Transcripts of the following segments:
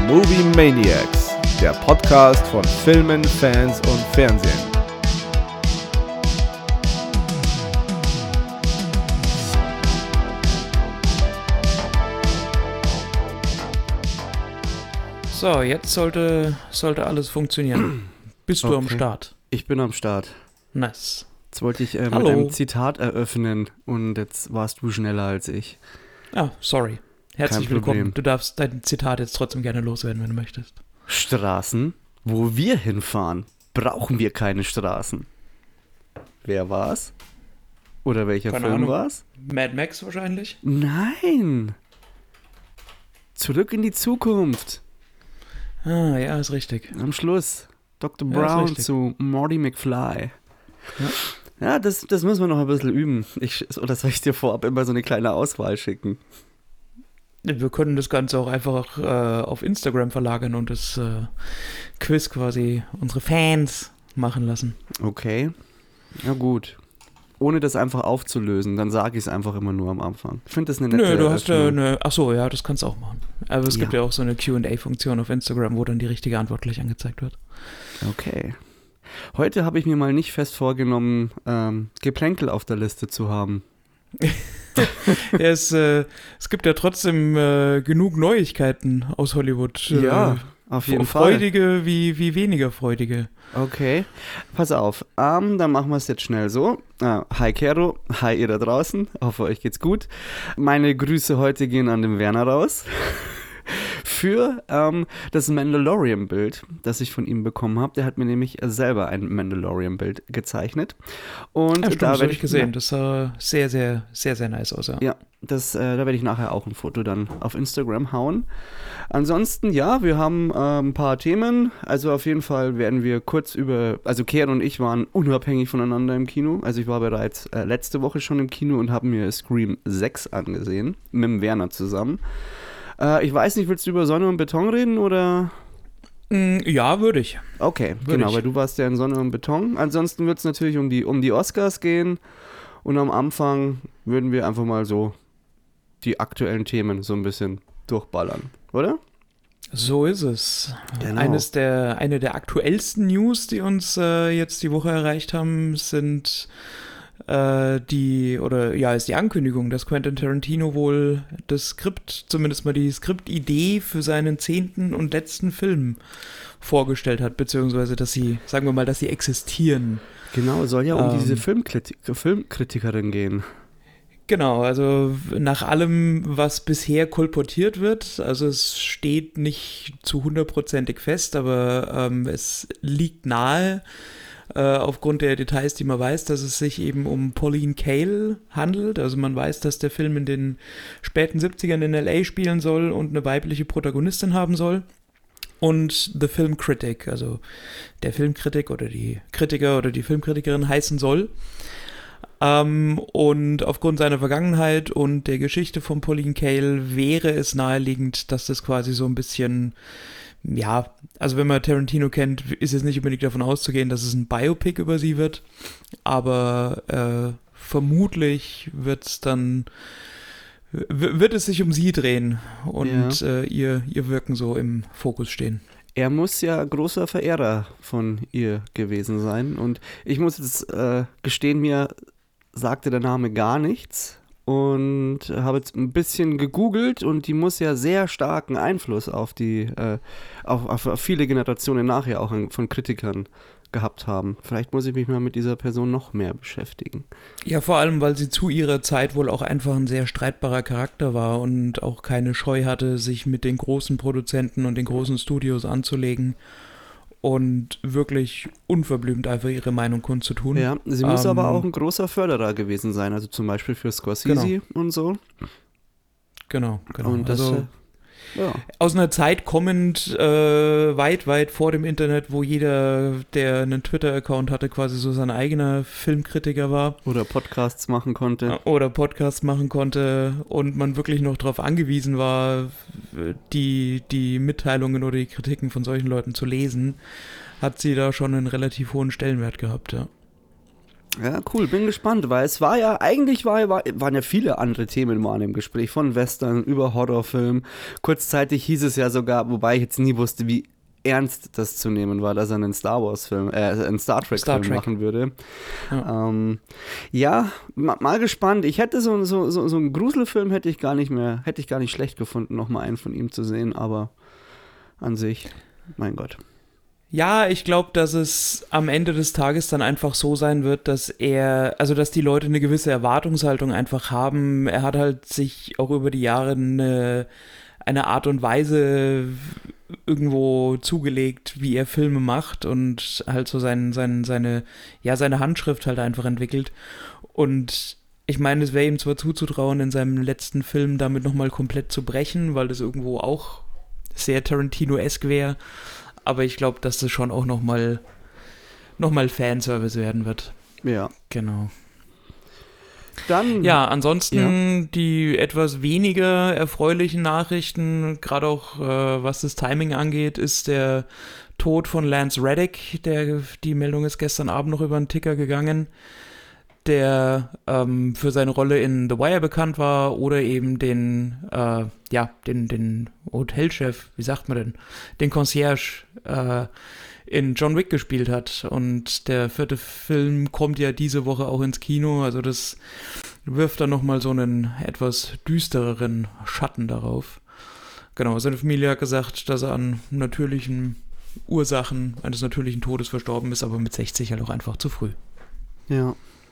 Movie Maniacs, der Podcast von Filmen, Fans und Fernsehen. So, jetzt sollte alles funktionieren. Bist du am Start? Ich bin am Start. Nice. Jetzt wollte ich mit einem Zitat eröffnen und jetzt warst du schneller als ich. Ah, sorry. Herzlich willkommen. Du darfst dein Zitat jetzt trotzdem gerne loswerden, wenn du möchtest. Straßen, wo wir hinfahren, brauchen wir keine Straßen. Wer war's? Oder welcher Keine Film Ahnung. war's? Mad Max wahrscheinlich? Nein! Zurück in die Zukunft. Ah, ja, ist richtig. Am Schluss. Dr. Ja, Brown ist zu Marty McFly. Ja. Ja, das müssen wir noch ein bisschen üben. Oder soll ich dir vorab immer so eine kleine Auswahl schicken? Wir können das Ganze auch einfach auf Instagram verlagern und das Quiz quasi unsere Fans machen lassen. Okay. Ja, gut. Ohne das einfach aufzulösen, dann sage ich es einfach immer nur am Anfang. Ich finde das eine nette Du hast ja Eröffnung. eine. Achso, ja, das kannst du auch machen. Aber es gibt ja auch so eine QA-Funktion auf Instagram, wo dann die richtige Antwort gleich angezeigt wird. Okay. Heute habe ich mir mal nicht fest vorgenommen, Geplänkel auf der Liste zu haben. Ja, es gibt ja trotzdem genug Neuigkeiten aus Hollywood. Ja, auf jeden Fall. Freudige wie weniger freudige. Okay, pass auf. Dann machen wir es jetzt schnell so. Hi Kero, hi ihr da draußen. Hoffe, euch geht's gut. Meine Grüße heute gehen an den Werner raus. Für das Mandalorian-Bild, das ich von ihm bekommen habe. Der hat mir nämlich selber ein Mandalorian-Bild gezeichnet. Und Ja, stimmt, da das habe werde ich gesehen. Das sah sehr, sehr, sehr, sehr nice aus. Ja. Da werde ich nachher auch ein Foto dann auf Instagram hauen. Ansonsten, ja, wir haben ein paar Themen. Also auf jeden Fall werden wir kurz also Keren und ich waren unabhängig voneinander im Kino. Also ich war bereits letzte Woche schon im Kino und habe mir Scream 6 angesehen, mit dem Werner zusammen. Ich weiß nicht, willst du über Sonne und Beton reden oder? Ja, würde ich. Okay, genau, weil du warst ja in Sonne und Beton. Ansonsten wird es natürlich um die Oscars gehen und am Anfang würden wir einfach mal so die aktuellen Themen so ein bisschen durchballern, oder? So ist es. Genau. Eine der aktuellsten News, die uns jetzt die Woche erreicht haben, ist die Ankündigung, dass Quentin Tarantino wohl das Skript, zumindest mal die Skriptidee für seinen 10. und letzten Film vorgestellt hat, beziehungsweise dass sie existieren. Genau, es soll ja um diese Filmkritikerin gehen. Genau, also nach allem, was bisher kolportiert wird, also es steht nicht zu 100%ig fest, aber es liegt nahe, aufgrund der Details, die man weiß, dass es sich eben um Pauline Kael handelt. Also man weiß, dass der Film in den späten 70ern in L.A. spielen soll und eine weibliche Protagonistin haben soll. Und The Film Critic, also der Filmkritik oder die Kritiker oder die Filmkritikerin heißen soll. Und aufgrund seiner Vergangenheit und der Geschichte von Pauline Kael wäre es naheliegend, dass das quasi so ein bisschen, ja, also wenn man Tarantino kennt, ist es nicht unbedingt davon auszugehen, dass es ein Biopic über sie wird, aber vermutlich wird es sich um sie drehen und ihr Wirken so im Fokus stehen. Er muss ja großer Verehrer von ihr gewesen sein und ich muss jetzt gestehen, mir sagte der Name gar nichts und habe jetzt ein bisschen gegoogelt und die muss ja sehr starken Einfluss auf auf viele Generationen nachher auch von Kritikern gehabt haben. Vielleicht muss ich mich mal mit dieser Person noch mehr beschäftigen. Ja, vor allem, weil sie zu ihrer Zeit wohl auch einfach ein sehr streitbarer Charakter war und auch keine Scheu hatte, sich mit den großen Produzenten und den großen Studios anzulegen und wirklich unverblümt einfach ihre Meinung kundzutun. Ja, sie muss aber auch ein großer Förderer gewesen sein, also zum Beispiel für Scorsese und so. Genau. Und das, aus einer Zeit kommend, weit, weit vor dem Internet, wo jeder, der einen Twitter-Account hatte, quasi so sein eigener Filmkritiker war. Oder Podcasts machen konnte. Und man wirklich noch darauf angewiesen war, die Mitteilungen oder die Kritiken von solchen Leuten zu lesen, hat sie da schon einen relativ hohen Stellenwert gehabt, ja. Ja, cool, bin gespannt, weil es war ja, waren ja viele andere Themen mal im Gespräch, von Western über Horrorfilm. Kurzzeitig hieß es ja sogar, wobei ich jetzt nie wusste, wie ernst das zu nehmen war, dass er einen einen Star Trek-Film machen würde. Ja, mal gespannt. Ich hätte so einen Gruselfilm hätte ich gar nicht schlecht gefunden, nochmal einen von ihm zu sehen, aber an sich, mein Gott. Ja, ich glaube, dass es am Ende des Tages dann einfach so sein wird, dass dass die Leute eine gewisse Erwartungshaltung einfach haben. Er hat halt sich auch über die Jahre eine Art und Weise irgendwo zugelegt, wie er Filme macht und halt so seine Handschrift halt einfach entwickelt. Und ich meine, es wäre ihm zwar zuzutrauen, in seinem letzten Film damit nochmal komplett zu brechen, weil das irgendwo auch sehr Tarantino-esk wäre. Aber ich glaube, dass das schon auch nochmal Fanservice werden wird. Ja. Genau. Dann, ja, ansonsten die etwas weniger erfreulichen Nachrichten, gerade auch was das Timing angeht, ist der Tod von Lance Reddick. Die Meldung ist gestern Abend noch über den Ticker gegangen, der für seine Rolle in The Wire bekannt war oder eben den Hotelchef, wie sagt man denn, den Concierge in John Wick gespielt hat. Und der 4. Film kommt ja diese Woche auch ins Kino, also das wirft dann nochmal so einen etwas düstereren Schatten darauf. Genau, seine Familie hat gesagt, dass er an natürlichen Ursachen eines natürlichen Todes verstorben ist, aber mit 60 halt auch einfach zu früh. Ja.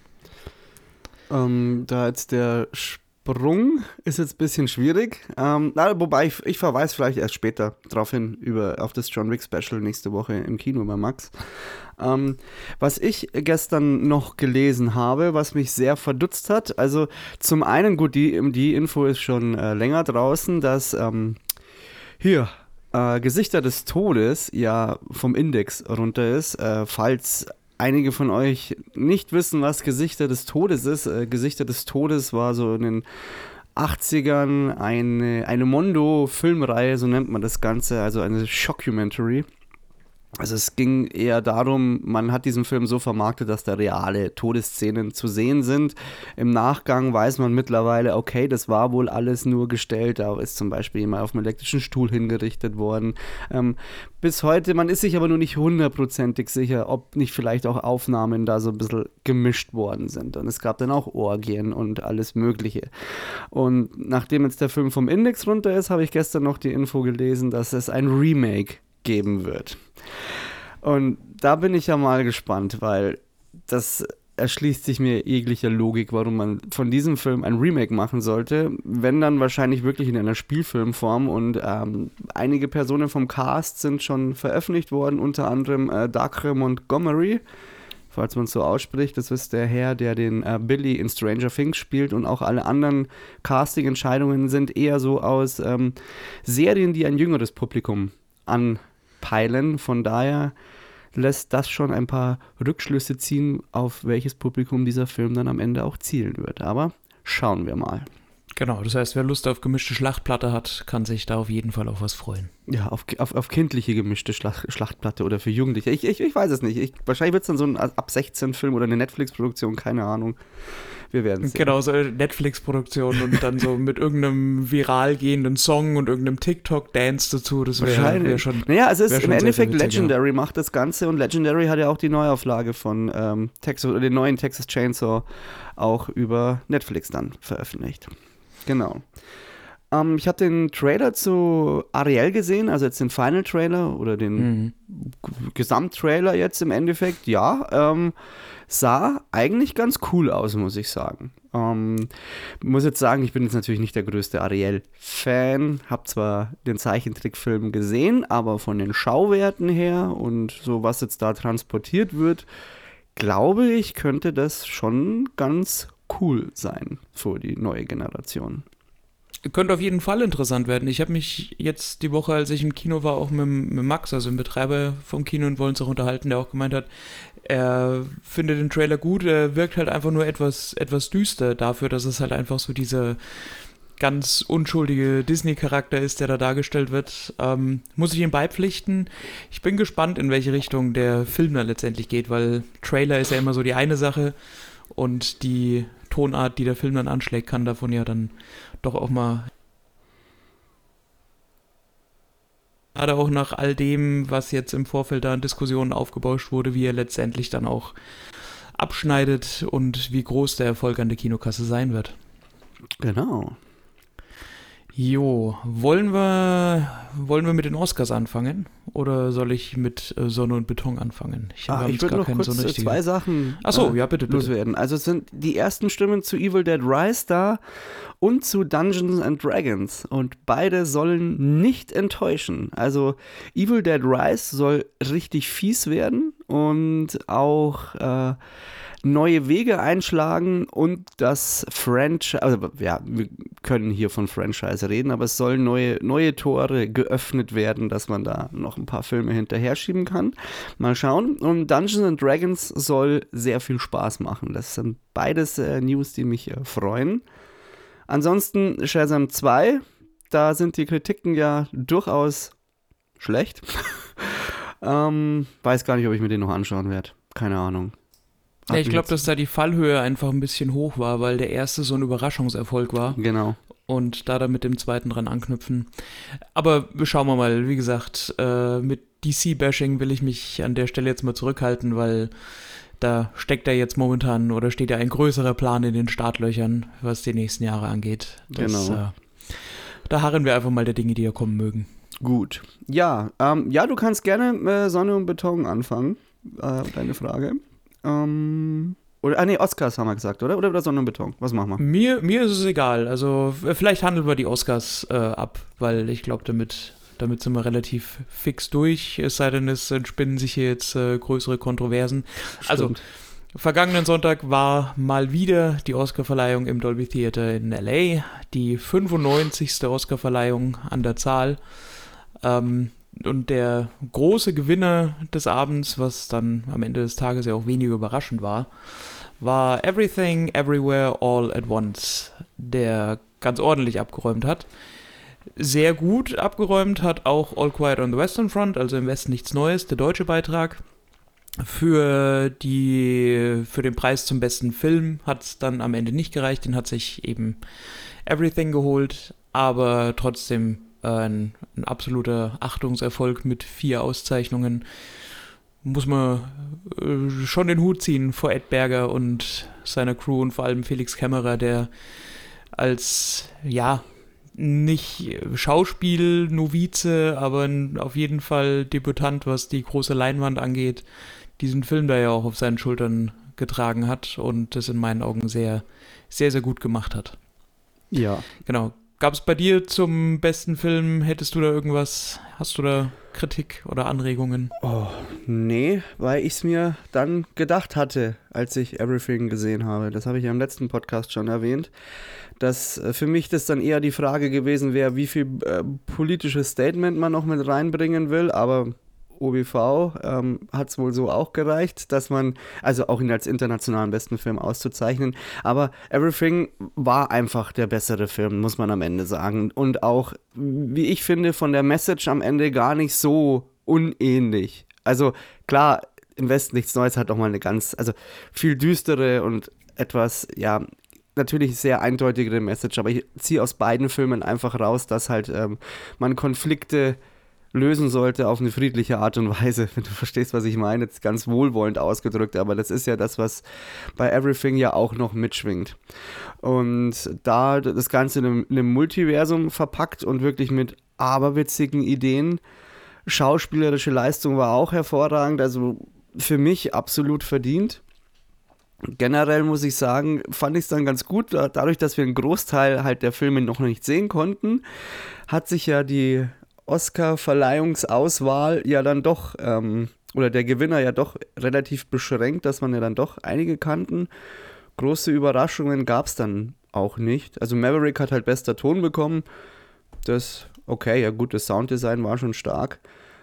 Da jetzt der Sprung ist jetzt ein bisschen schwierig. Wobei ich verweise vielleicht erst später darauf hin, auf das John Wick Special nächste Woche im Kino bei Max. Was ich gestern noch gelesen habe, was mich sehr verdutzt hat, also zum einen, gut, die Info ist schon länger draußen, dass Gesichter des Todes ja vom Index runter ist, falls einige von euch nicht wissen, was Gesichter des Todes ist. Gesichter des Todes war so in den 80ern eine Mondo-Filmreihe, so nennt man das Ganze, also eine Shockumentary. Also es ging eher darum, man hat diesen Film so vermarktet, dass da reale Todesszenen zu sehen sind. Im Nachgang weiß man mittlerweile, okay, das war wohl alles nur gestellt. Da ist zum Beispiel jemand auf einem elektrischen Stuhl hingerichtet worden. Bis heute, man ist sich aber nur nicht hundertprozentig sicher, ob nicht vielleicht auch Aufnahmen da so ein bisschen gemischt worden sind. Und es gab dann auch Orgien und alles Mögliche. Und nachdem jetzt der Film vom Index runter ist, habe ich gestern noch die Info gelesen, dass es ein Remake geben wird. Und da bin ich ja mal gespannt, weil das erschließt sich mir jeglicher Logik, warum man von diesem Film ein Remake machen sollte, wenn dann wahrscheinlich wirklich in einer Spielfilmform. Und einige Personen vom Cast sind schon veröffentlicht worden, unter anderem Dacre Montgomery, falls man es so ausspricht. Das ist der Herr, der den Billy in Stranger Things spielt, und auch alle anderen Casting-Entscheidungen sind eher so aus Serien, die ein jüngeres Publikum anpeilen. Von daher lässt das schon ein paar Rückschlüsse ziehen, auf welches Publikum dieser Film dann am Ende auch zielen wird. Aber schauen wir mal. Genau, das heißt, wer Lust auf gemischte Schlachtplatte hat, kann sich da auf jeden Fall auf was freuen. Ja, auf kindliche gemischte Schlachtplatte oder für Jugendliche. Ich weiß es nicht. Wahrscheinlich wird es dann so ein Ab-16-Film oder eine Netflix-Produktion, keine Ahnung. Wir werden es sehen. Genau, so eine Netflix-Produktion und dann so mit irgendeinem viral gehenden Song und irgendeinem TikTok-Dance dazu. Das wäre schon. Naja, es ist im Endeffekt witzig, Legendary macht das Ganze, und Legendary hat ja auch die Neuauflage von den neuen Texas Chainsaw auch über Netflix dann veröffentlicht. Genau. Ich habe den Trailer zu Ariel gesehen, also jetzt den Final Trailer oder den Gesamttrailer jetzt im Endeffekt, ja. Sah eigentlich ganz cool aus, muss ich sagen. Muss jetzt sagen, ich bin jetzt natürlich nicht der größte Ariel-Fan, habe zwar den Zeichentrickfilm gesehen, aber von den Schauwerten her und so, was jetzt da transportiert wird, glaube ich, könnte das schon ganz cool sein für die neue Generation. Könnte auf jeden Fall interessant werden. Ich habe mich jetzt die Woche, als ich im Kino war, auch mit Max, also dem Betreiber vom Kino in Wollensach, unterhalten, der auch gemeint hat, er findet den Trailer gut, er wirkt halt einfach nur etwas düster dafür, dass es halt einfach so diese ganz unschuldige Disney-Charakter ist, der da dargestellt wird, muss ich ihm beipflichten. Ich bin gespannt, in welche Richtung der Film dann letztendlich geht, weil Trailer ist ja immer so die eine Sache und die Tonart, die der Film dann anschlägt, kann davon ja dann doch auch mal, gerade auch nach all dem, was jetzt im Vorfeld da in Diskussionen aufgebauscht wurde, wie er letztendlich dann auch abschneidet und wie groß der Erfolg an der Kinokasse sein wird. Genau. Jo, wollen wir mit den Oscars anfangen? Oder soll ich mit Sonne und Beton anfangen? Ich würde noch kurz zwei Sachen ja, bitte. loswerden. Also es sind die ersten Stimmen zu Evil Dead Rise da und zu Dungeons and Dragons. Und beide sollen nicht enttäuschen. Also Evil Dead Rise soll richtig fies werden und auch neue Wege einschlagen und das Franchise, also ja, wir können hier von Franchise reden, aber es sollen neue Tore geöffnet werden, dass man da noch ein paar Filme hinterher schieben kann. Mal schauen. Und Dungeons and Dragons soll sehr viel Spaß machen. Das sind beides News, die mich freuen. Ansonsten Shazam 2, da sind die Kritiken ja durchaus schlecht. Weiß gar nicht, ob ich mir den noch anschauen werde. Keine Ahnung. Ja, ich glaube, dass da die Fallhöhe einfach ein bisschen hoch war, weil der erste so ein Überraschungserfolg war. Genau. Und da dann mit dem zweiten dran anknüpfen. Aber schauen wir mal, wie gesagt, mit DC-Bashing will ich mich an der Stelle jetzt mal zurückhalten, weil da steckt ja jetzt momentan oder steht ja ein größerer Plan in den Startlöchern, was die nächsten Jahre angeht. Genau. Da harren wir einfach mal der Dinge, die ja kommen mögen. Gut. Ja, du kannst gerne Sonne und Beton anfangen. Deine Frage. Oscars haben wir gesagt, oder? Oder Sonne und Beton? Was machen wir? Mir ist es egal. Also vielleicht handeln wir die Oscars ab, weil ich glaube, damit sind wir relativ fix durch. Es sei denn, es entspinnen sich hier jetzt größere Kontroversen. Stimmt. Also vergangenen Sonntag war mal wieder die Oscarverleihung im Dolby Theater in L.A., die 95. Oscarverleihung an der Zahl. Und der große Gewinner des Abends, was dann am Ende des Tages ja auch weniger überraschend war Everything, Everywhere, All at Once, der ganz ordentlich abgeräumt hat. Sehr gut abgeräumt hat auch All Quiet on the Western Front, also im Westen nichts Neues, der deutsche Beitrag. Für den Preis zum besten Film hat es dann am Ende nicht gereicht, den hat sich eben Everything geholt, aber trotzdem ein absoluter Achtungserfolg mit 4 Auszeichnungen. Muss man schon den Hut ziehen vor Ed Berger und seiner Crew und vor allem Felix Kämmerer, der als, ja, nicht Schauspiel-Novize, aber auf jeden Fall Debütant, was die große Leinwand angeht, diesen Film da ja auch auf seinen Schultern getragen hat und das in meinen Augen sehr, sehr, sehr gut gemacht hat. Ja. Genau. Gab es bei dir zum besten Film, hättest du da irgendwas, hast du da Kritik oder Anregungen? Oh, nee, weil ich es mir dann gedacht hatte, als ich Everything gesehen habe. Das habe ich ja im letzten Podcast schon erwähnt, dass für mich das dann eher die Frage gewesen wäre, wie viel politisches Statement man noch mit reinbringen will, aber OBV hat es wohl so auch gereicht, dass man, also auch ihn als internationalen besten Film auszuzeichnen, aber Everything war einfach der bessere Film, muss man am Ende sagen. Und auch, wie ich finde, von der Message am Ende gar nicht so unähnlich. Also klar, im Westen nichts Neues hat auch mal eine also viel düstere und etwas, ja, natürlich sehr eindeutigere Message, aber ich ziehe aus beiden Filmen einfach raus, dass halt man Konflikte lösen sollte auf eine friedliche Art und Weise, wenn du verstehst, was ich meine, jetzt ganz wohlwollend ausgedrückt, aber das ist ja das, was bei Everything ja auch noch mitschwingt. Und da das Ganze in einem Multiversum verpackt und wirklich mit aberwitzigen Ideen, schauspielerische Leistung war auch hervorragend, also für mich absolut verdient. Generell muss ich sagen, fand ich es dann ganz gut, dadurch, dass wir einen Großteil halt der Filme noch nicht sehen konnten, hat sich ja die Oscar-Verleihungsauswahl ja dann doch, oder der Gewinner ja doch relativ beschränkt, dass man ja dann doch einige kannten. Große Überraschungen gab es dann auch nicht. Also Maverick hat halt bester Ton bekommen. Das, okay, ja gut, das Sounddesign war schon stark.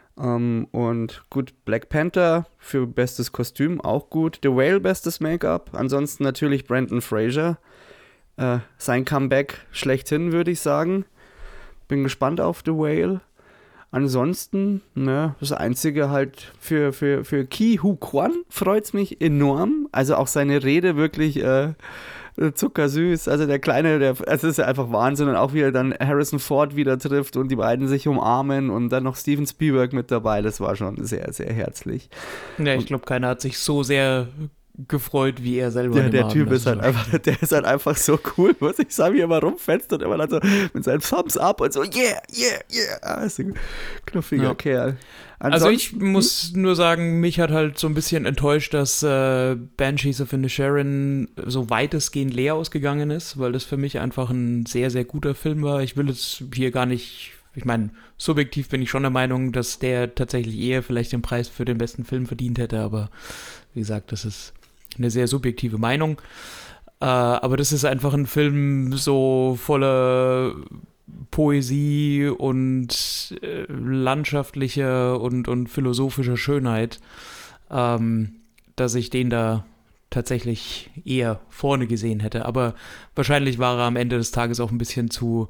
Und gut, Black Panther für bestes Kostüm auch gut. The Whale bestes Make-up. Ansonsten natürlich Brendan Fraser. sein Comeback schlechthin, würde ich sagen. Bin gespannt auf The Whale. Ansonsten, ne, das Einzige halt für Ke Huy Quan freut es mich enorm. Also auch seine Rede wirklich zuckersüß. Also der Kleine, es ist ja einfach Wahnsinn. Und auch wie er dann Harrison Ford wieder trifft und die beiden sich umarmen und dann noch Steven Spielberg mit dabei. Das war schon sehr, sehr herzlich. Ja, ich glaube, keiner hat sich so sehr gefreut, wie er selber. Ja, der Typ ist halt einfach so cool, muss ich sagen, wie er immer rumfetzt und immer dann so mit seinem Thumbs up und so, yeah, yeah, yeah. Ist ein knuffiger Kerl. Also ich muss nur sagen, mich hat halt so ein bisschen enttäuscht, dass Banshees of Inisherin so weitestgehend leer ausgegangen ist, weil das für mich einfach ein sehr, sehr guter Film war. Ich will es hier gar nicht, ich meine, subjektiv bin ich schon der Meinung, dass der tatsächlich eher vielleicht den Preis für den besten Film verdient hätte, aber wie gesagt, das ist eine sehr subjektive Meinung. Aber das ist einfach ein Film so voller Poesie und landschaftlicher und philosophischer Schönheit, dass ich den da tatsächlich eher vorne gesehen hätte. Aber wahrscheinlich war er am Ende des Tages auch ein bisschen zu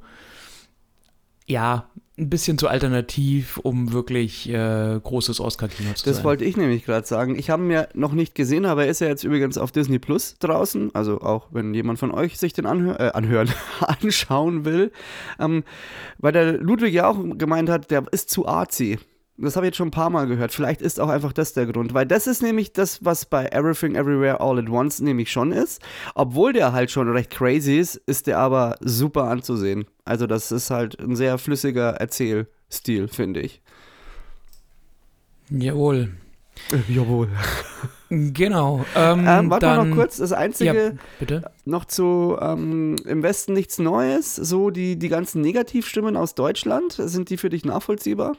alternativ, um wirklich großes Oscar-Kino zu sein. Das wollte ich nämlich gerade sagen. Ich habe ihn ja noch nicht gesehen, aber er ist ja jetzt übrigens auf Disney Plus draußen. Also auch, wenn jemand von euch sich den anschauen will. Weil der Ludwig ja auch gemeint hat, der ist zu artsy. Das habe ich jetzt schon ein paar Mal gehört. Vielleicht ist auch einfach das der Grund. Weil das ist nämlich das, was bei Everything Everywhere All at Once nämlich schon ist. Obwohl der halt schon recht crazy ist der aber super anzusehen. Also das ist halt ein sehr flüssiger Erzählstil, finde ich. Jawohl. Jawohl. Genau. Warte mal noch kurz, das Einzige ja, bitte? noch zu Im Westen nichts Neues. So die ganzen Negativstimmen aus Deutschland, sind die für dich nachvollziehbar?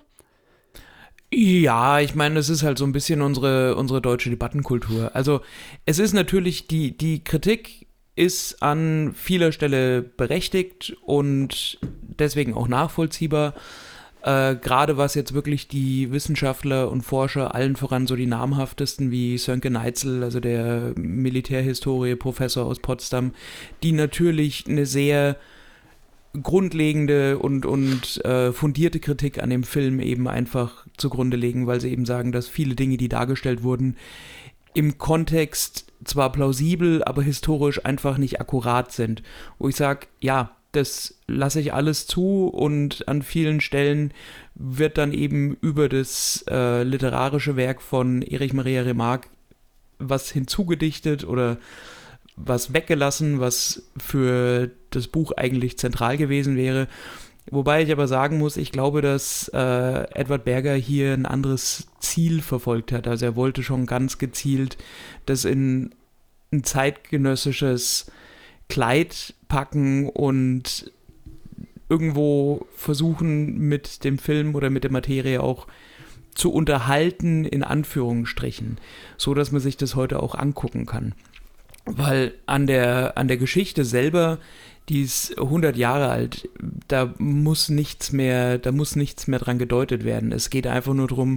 Ja, ich meine, das ist halt so ein bisschen unsere deutsche Debattenkultur. Also es ist natürlich, die Kritik ist an vieler Stelle berechtigt und deswegen auch nachvollziehbar. Gerade was jetzt wirklich die Wissenschaftler und Forscher, allen voran so die namhaftesten wie Sönke Neitzel, also der Militärhistorie-Professor aus Potsdam, die natürlich eine sehr grundlegende und fundierte Kritik an dem Film eben einfach zugrunde legen, weil sie eben sagen, dass viele Dinge, die dargestellt wurden, im Kontext zwar plausibel, aber historisch einfach nicht akkurat sind. Wo ich sage, ja, das lasse ich alles zu und an vielen Stellen wird dann eben über das literarische Werk von Erich Maria Remarque was hinzugedichtet oder was weggelassen, was für das Buch eigentlich zentral gewesen wäre. Wobei ich aber sagen muss, ich glaube, dass Edward Berger hier ein anderes Ziel verfolgt hat. Also er wollte schon ganz gezielt das in ein zeitgenössisches Kleid packen und irgendwo versuchen, mit dem Film oder mit der Materie auch zu unterhalten, in Anführungsstrichen, so dass man sich das heute auch angucken kann. Weil an der Geschichte selber, die ist 100 Jahre alt, da muss nichts mehr dran gedeutet werden. Es geht einfach nur darum,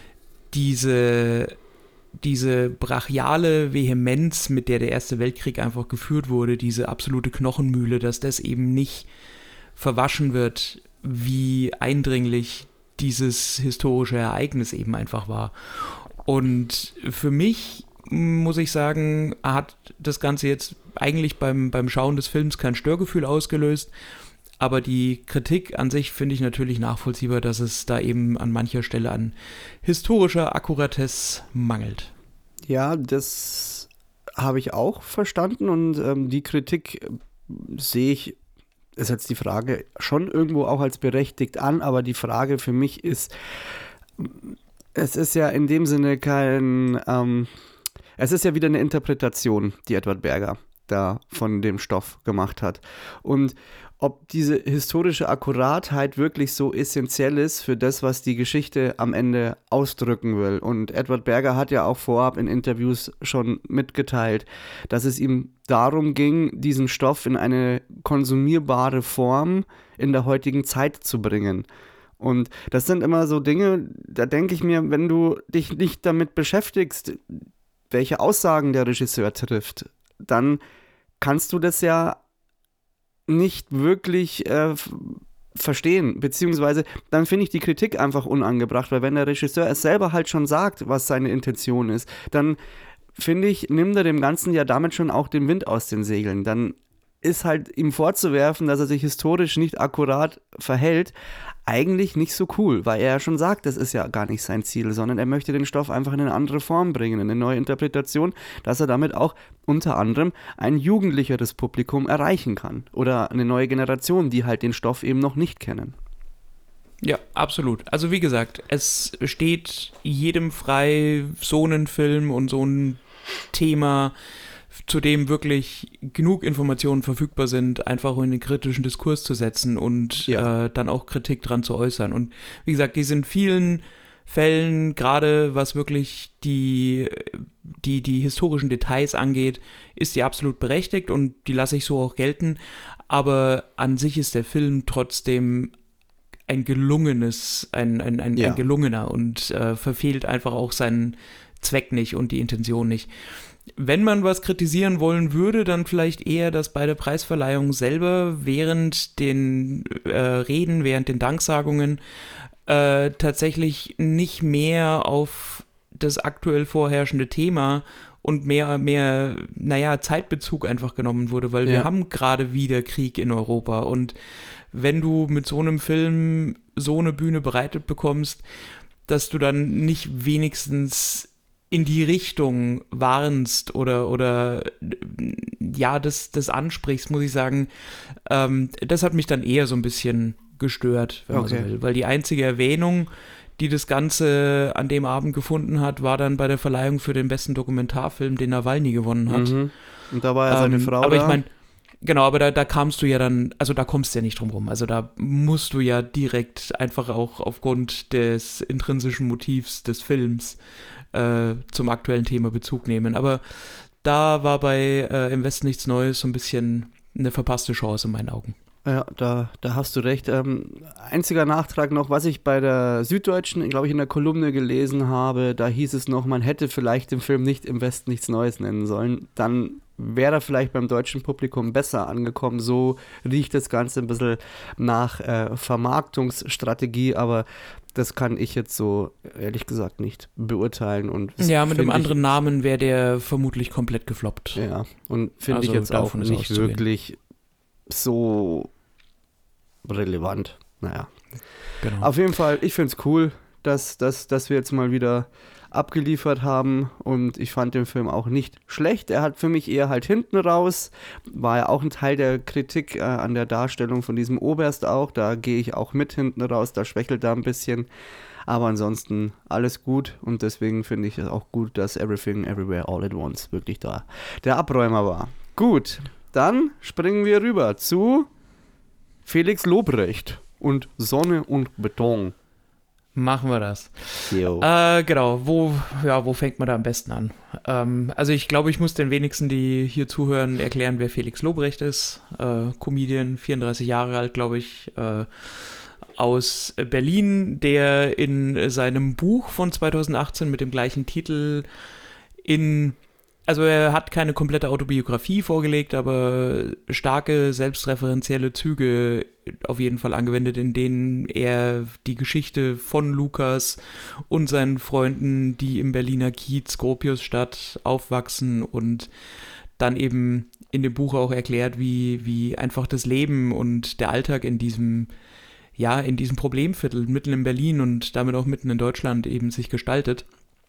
diese brachiale Vehemenz, mit der Erste Weltkrieg einfach geführt wurde, diese absolute Knochenmühle, dass das eben nicht verwaschen wird, wie eindringlich dieses historische Ereignis eben einfach war. Und für mich muss ich sagen, hat das Ganze jetzt eigentlich beim Schauen des Films kein Störgefühl ausgelöst, aber die Kritik an sich finde ich natürlich nachvollziehbar, dass es da eben an mancher Stelle an historischer Akkuratesse mangelt. Ja, das habe ich auch verstanden und die Kritik sehe ich, ist jetzt die Frage, schon irgendwo auch als berechtigt an, aber die Frage für mich ist, es ist ja in dem Sinne es ist ja wieder eine Interpretation, die Edward Berger da von dem Stoff gemacht hat. Und ob diese historische Akkuratheit wirklich so essentiell ist für das, was die Geschichte am Ende ausdrücken will. Und Edward Berger hat ja auch vorab in Interviews schon mitgeteilt, dass es ihm darum ging, diesen Stoff in eine konsumierbare Form in der heutigen Zeit zu bringen. Und das sind immer so Dinge, da denke ich mir, wenn du dich nicht damit beschäftigst, welche Aussagen der Regisseur trifft, dann kannst du das ja nicht wirklich verstehen, beziehungsweise dann finde ich die Kritik einfach unangebracht, weil wenn der Regisseur es selber halt schon sagt, was seine Intention ist, dann finde ich, nimmt er dem Ganzen ja damit schon auch den Wind aus den Segeln. Dann ist halt ihm vorzuwerfen, dass er sich historisch nicht akkurat verhält, eigentlich nicht so cool, weil er ja schon sagt, das ist ja gar nicht sein Ziel, sondern er möchte den Stoff einfach in eine andere Form bringen, in eine neue Interpretation, dass er damit auch unter anderem ein jugendlicheres Publikum erreichen kann oder eine neue Generation, die halt den Stoff eben noch nicht kennen. Ja, absolut. Also wie gesagt, es steht jedem frei, so einen Film und so ein Thema, zu dem wirklich genug Informationen verfügbar sind, einfach in den kritischen Diskurs zu setzen und dann auch Kritik dran zu äußern. Und wie gesagt, die sind in vielen Fällen, gerade was wirklich die historischen Details angeht, ist die absolut berechtigt und die lasse ich so auch gelten. Aber an sich ist der Film trotzdem ein gelungener und verfehlt einfach auch seinen Zweck nicht und die Intention nicht. Wenn man was kritisieren wollen würde, dann vielleicht eher, dass bei der Preisverleihung selber während den Reden, während den Danksagungen tatsächlich nicht mehr auf das aktuell vorherrschende Thema und mehr Zeitbezug einfach genommen wurde, weil wir haben gerade wieder Krieg in Europa und wenn du mit so einem Film so eine Bühne bereitet bekommst, dass du dann nicht wenigstens in die Richtung warnst oder das ansprichst, muss ich sagen, das hat mich dann eher so ein bisschen gestört, wenn man so will. Weil die einzige Erwähnung, die das Ganze an dem Abend gefunden hat, war dann bei der Verleihung für den besten Dokumentarfilm, den Nawalny gewonnen hat. Mhm. Und da war ja seine Frau aber da. Ich meine, genau, aber da kamst du ja dann, also da kommst du ja nicht drum rum. Also da musst du ja direkt einfach auch aufgrund des intrinsischen Motivs des Films zum aktuellen Thema Bezug nehmen. Aber da war bei Im Westen nichts Neues so ein bisschen eine verpasste Chance in meinen Augen. Ja, da hast du recht. Einziger Nachtrag noch, was ich bei der Süddeutschen, glaube ich, in der Kolumne gelesen habe, da hieß es noch, man hätte vielleicht den Film nicht Im Westen nichts Neues nennen sollen. Dann wäre er vielleicht beim deutschen Publikum besser angekommen. So riecht das Ganze ein bisschen nach Vermarktungsstrategie, aber das kann ich jetzt so ehrlich gesagt nicht beurteilen. Und ja, mit einem anderen Namen wäre der vermutlich komplett gefloppt. Ja, und finde ich jetzt auch nicht wirklich so relevant. Naja. Genau. Auf jeden Fall, ich finde es cool, dass wir jetzt mal wieder abgeliefert haben und ich fand den Film auch nicht schlecht. Er hat für mich eher halt hinten raus, war ja auch ein Teil der Kritik an der Darstellung von diesem Oberst auch, da gehe ich auch mit hinten raus, da schwächelt da ein bisschen, aber ansonsten alles gut und deswegen finde ich es auch gut, dass Everything Everywhere All at Once wirklich da der Abräumer war. Gut, dann springen wir rüber zu Felix Lobrecht und Sonne und Beton. Machen wir das. Genau, wo fängt man da am besten an? Also ich glaube, ich muss den wenigsten, die hier zuhören, erklären, wer Felix Lobrecht ist. Comedian, 34 Jahre alt, glaube ich, aus Berlin, der in seinem Buch von 2018 mit dem gleichen Titel also er hat keine komplette Autobiografie vorgelegt, aber starke selbstreferenzielle Züge auf jeden Fall angewendet, in denen er die Geschichte von Lukas und seinen Freunden, die im Berliner Kiez Gropiusstadt aufwachsen und dann eben in dem Buch auch erklärt, wie einfach das Leben und der Alltag in diesem Problemviertel mitten in Berlin und damit auch mitten in Deutschland eben sich gestaltet.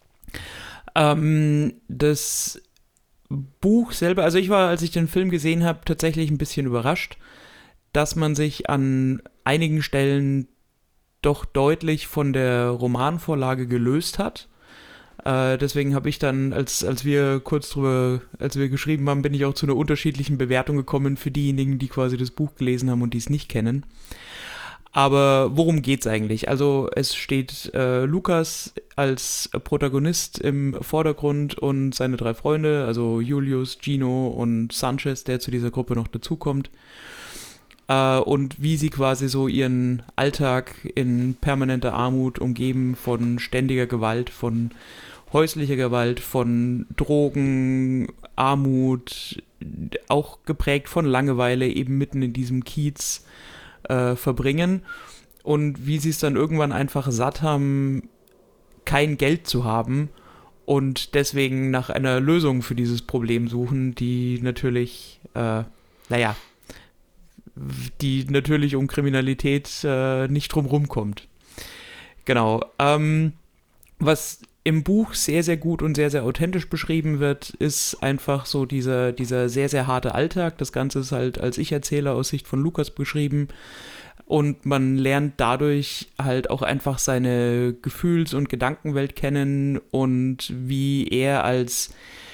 Das Buch selber, also ich war, als ich den Film gesehen habe, tatsächlich ein bisschen überrascht, dass man sich an einigen Stellen doch deutlich von der Romanvorlage gelöst hat. Deswegen habe ich dann, als wir geschrieben haben, bin ich auch zu einer unterschiedlichen Bewertung gekommen für diejenigen, die quasi das Buch gelesen haben und die es nicht kennen. Aber worum geht's eigentlich? Also es steht Lukas als Protagonist im Vordergrund und seine 3 Freunde, also Julius, Gino und Sanchez, der zu dieser Gruppe noch dazukommt. Und wie sie quasi so ihren Alltag in permanenter Armut, umgeben von ständiger Gewalt, von häuslicher Gewalt, von Drogen, Armut, auch geprägt von Langeweile, eben mitten in diesem Kiez verbringen. Und wie sie es dann irgendwann einfach satt haben, kein Geld zu haben und deswegen nach einer Lösung für dieses Problem suchen, die natürlich, um Kriminalität nicht drumherum kommt. Genau. Was im Buch sehr, sehr gut und sehr, sehr authentisch beschrieben wird, ist einfach so dieser sehr, sehr harte Alltag. Das Ganze ist halt als Ich-Erzähler aus Sicht von Lukas beschrieben. Und man lernt dadurch halt auch einfach seine Gefühls- und Gedankenwelt kennen und wie er als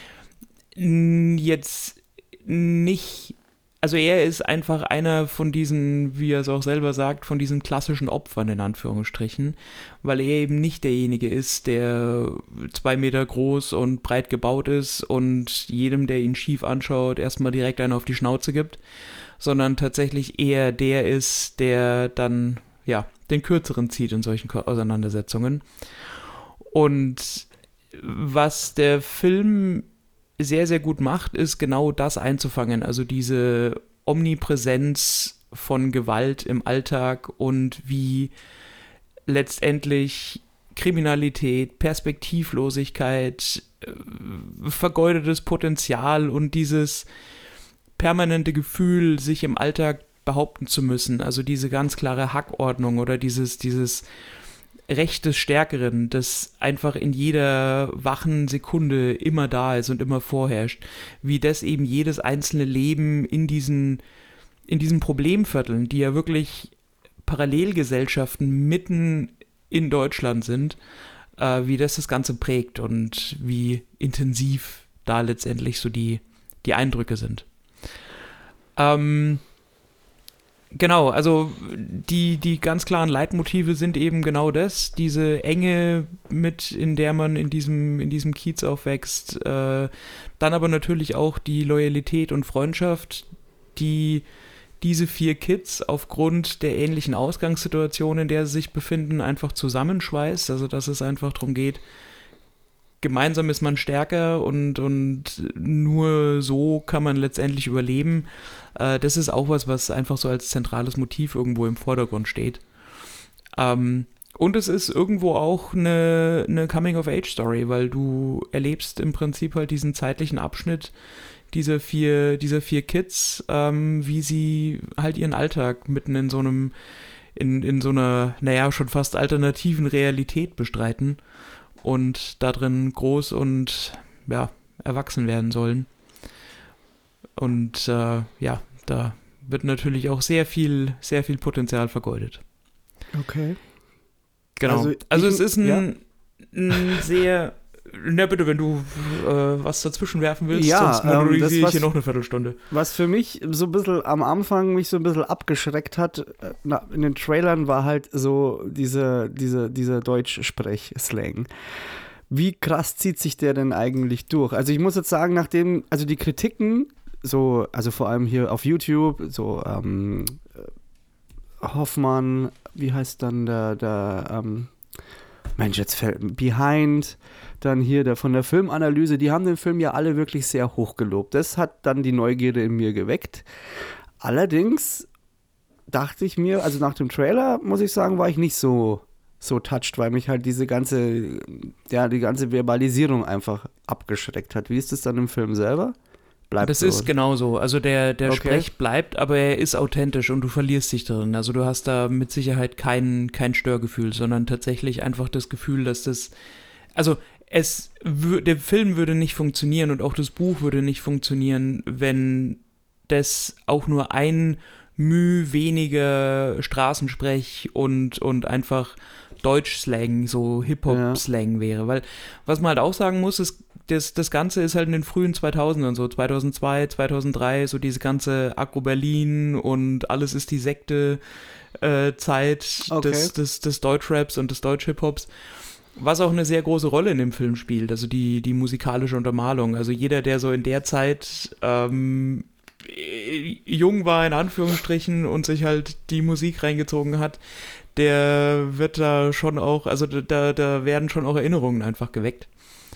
jetzt nicht, also er ist einfach einer von diesen, wie er es auch selber sagt, von diesen klassischen Opfern in Anführungsstrichen, weil er eben nicht derjenige ist, der 2 Meter groß und breit gebaut ist und jedem, der ihn schief anschaut, erstmal direkt einen auf die Schnauze gibt, sondern tatsächlich eher der ist, der dann, den Kürzeren zieht in solchen Auseinandersetzungen. Und was der Film sehr, sehr gut macht, ist genau das einzufangen, also diese Omnipräsenz von Gewalt im Alltag und wie letztendlich Kriminalität, Perspektivlosigkeit, vergeudetes Potenzial und dieses permanente Gefühl, sich im Alltag behaupten zu müssen, also diese ganz klare Hackordnung oder dieses Recht des Stärkeren, das einfach in jeder wachen Sekunde immer da ist und immer vorherrscht, wie das eben jedes einzelne Leben in diesen Problemvierteln, die ja wirklich Parallelgesellschaften mitten in Deutschland sind, wie das Ganze prägt und wie intensiv da letztendlich so die Eindrücke sind. Genau, also die ganz klaren Leitmotive sind eben genau das, diese Enge, in der man in diesem Kiez aufwächst, dann aber natürlich auch die Loyalität und Freundschaft, die diese 4 Kids aufgrund der ähnlichen Ausgangssituation, in der sie sich befinden, einfach zusammenschweißt, also dass es einfach darum geht, gemeinsam ist man stärker und nur so kann man letztendlich überleben. Das ist auch was einfach so als zentrales Motiv irgendwo im Vordergrund steht. Und es ist irgendwo auch eine Coming-of-Age-Story, weil du erlebst im Prinzip halt diesen zeitlichen Abschnitt dieser vier Kids, wie sie halt ihren Alltag mitten in so einer, schon fast alternativen Realität bestreiten und darin groß und erwachsen werden sollen. Und da wird natürlich auch sehr viel Potenzial vergeudet. Okay. Genau. Also es ist ein sehr... Na bitte, wenn du was dazwischen werfen willst, sonst monologisiere ich hier noch eine Viertelstunde. Was für mich so ein bisschen am Anfang mich so ein bisschen abgeschreckt hat, in den Trailern war halt so dieser Deutschsprech-Slang. Wie krass zieht sich der denn eigentlich durch? Also ich muss jetzt sagen, also die Kritiken, so, also vor allem hier auf YouTube, so Hoffmann, wie heißt dann der Mensch, jetzt fällt Behind, dann hier der von der Filmanalyse, die haben den Film ja alle wirklich sehr hoch gelobt. Das hat dann die Neugierde in mir geweckt. Allerdings dachte ich mir, also nach dem Trailer, muss ich sagen, war ich nicht so touched, weil mich halt die ganze Verbalisierung einfach abgeschreckt hat. Wie ist es dann im Film selber? Das ist genauso. Also der Sprech bleibt, aber er ist authentisch und du verlierst dich drin. Also du hast da mit Sicherheit kein Störgefühl, sondern tatsächlich einfach das Gefühl, dass das, also der Film würde nicht funktionieren und auch das Buch würde nicht funktionieren, wenn das auch nur ein Mühe weniger Straßensprech und einfach Deutsch-Slang, so Hip-Hop-Slang wäre. Weil was man halt auch sagen muss, ist, das Ganze ist halt in den frühen 2000ern, so 2002, 2003, so diese ganze Agro-Berlin und alles ist die Sekte Zeit des Deutschraps und des Deutsch-Hip-Hops, was auch eine sehr große Rolle in dem Film spielt, also die musikalische Untermalung. Also jeder, der so in der Zeit jung war, in Anführungsstrichen, und sich halt die Musik reingezogen hat, der wird da schon auch, also da werden schon auch Erinnerungen einfach geweckt.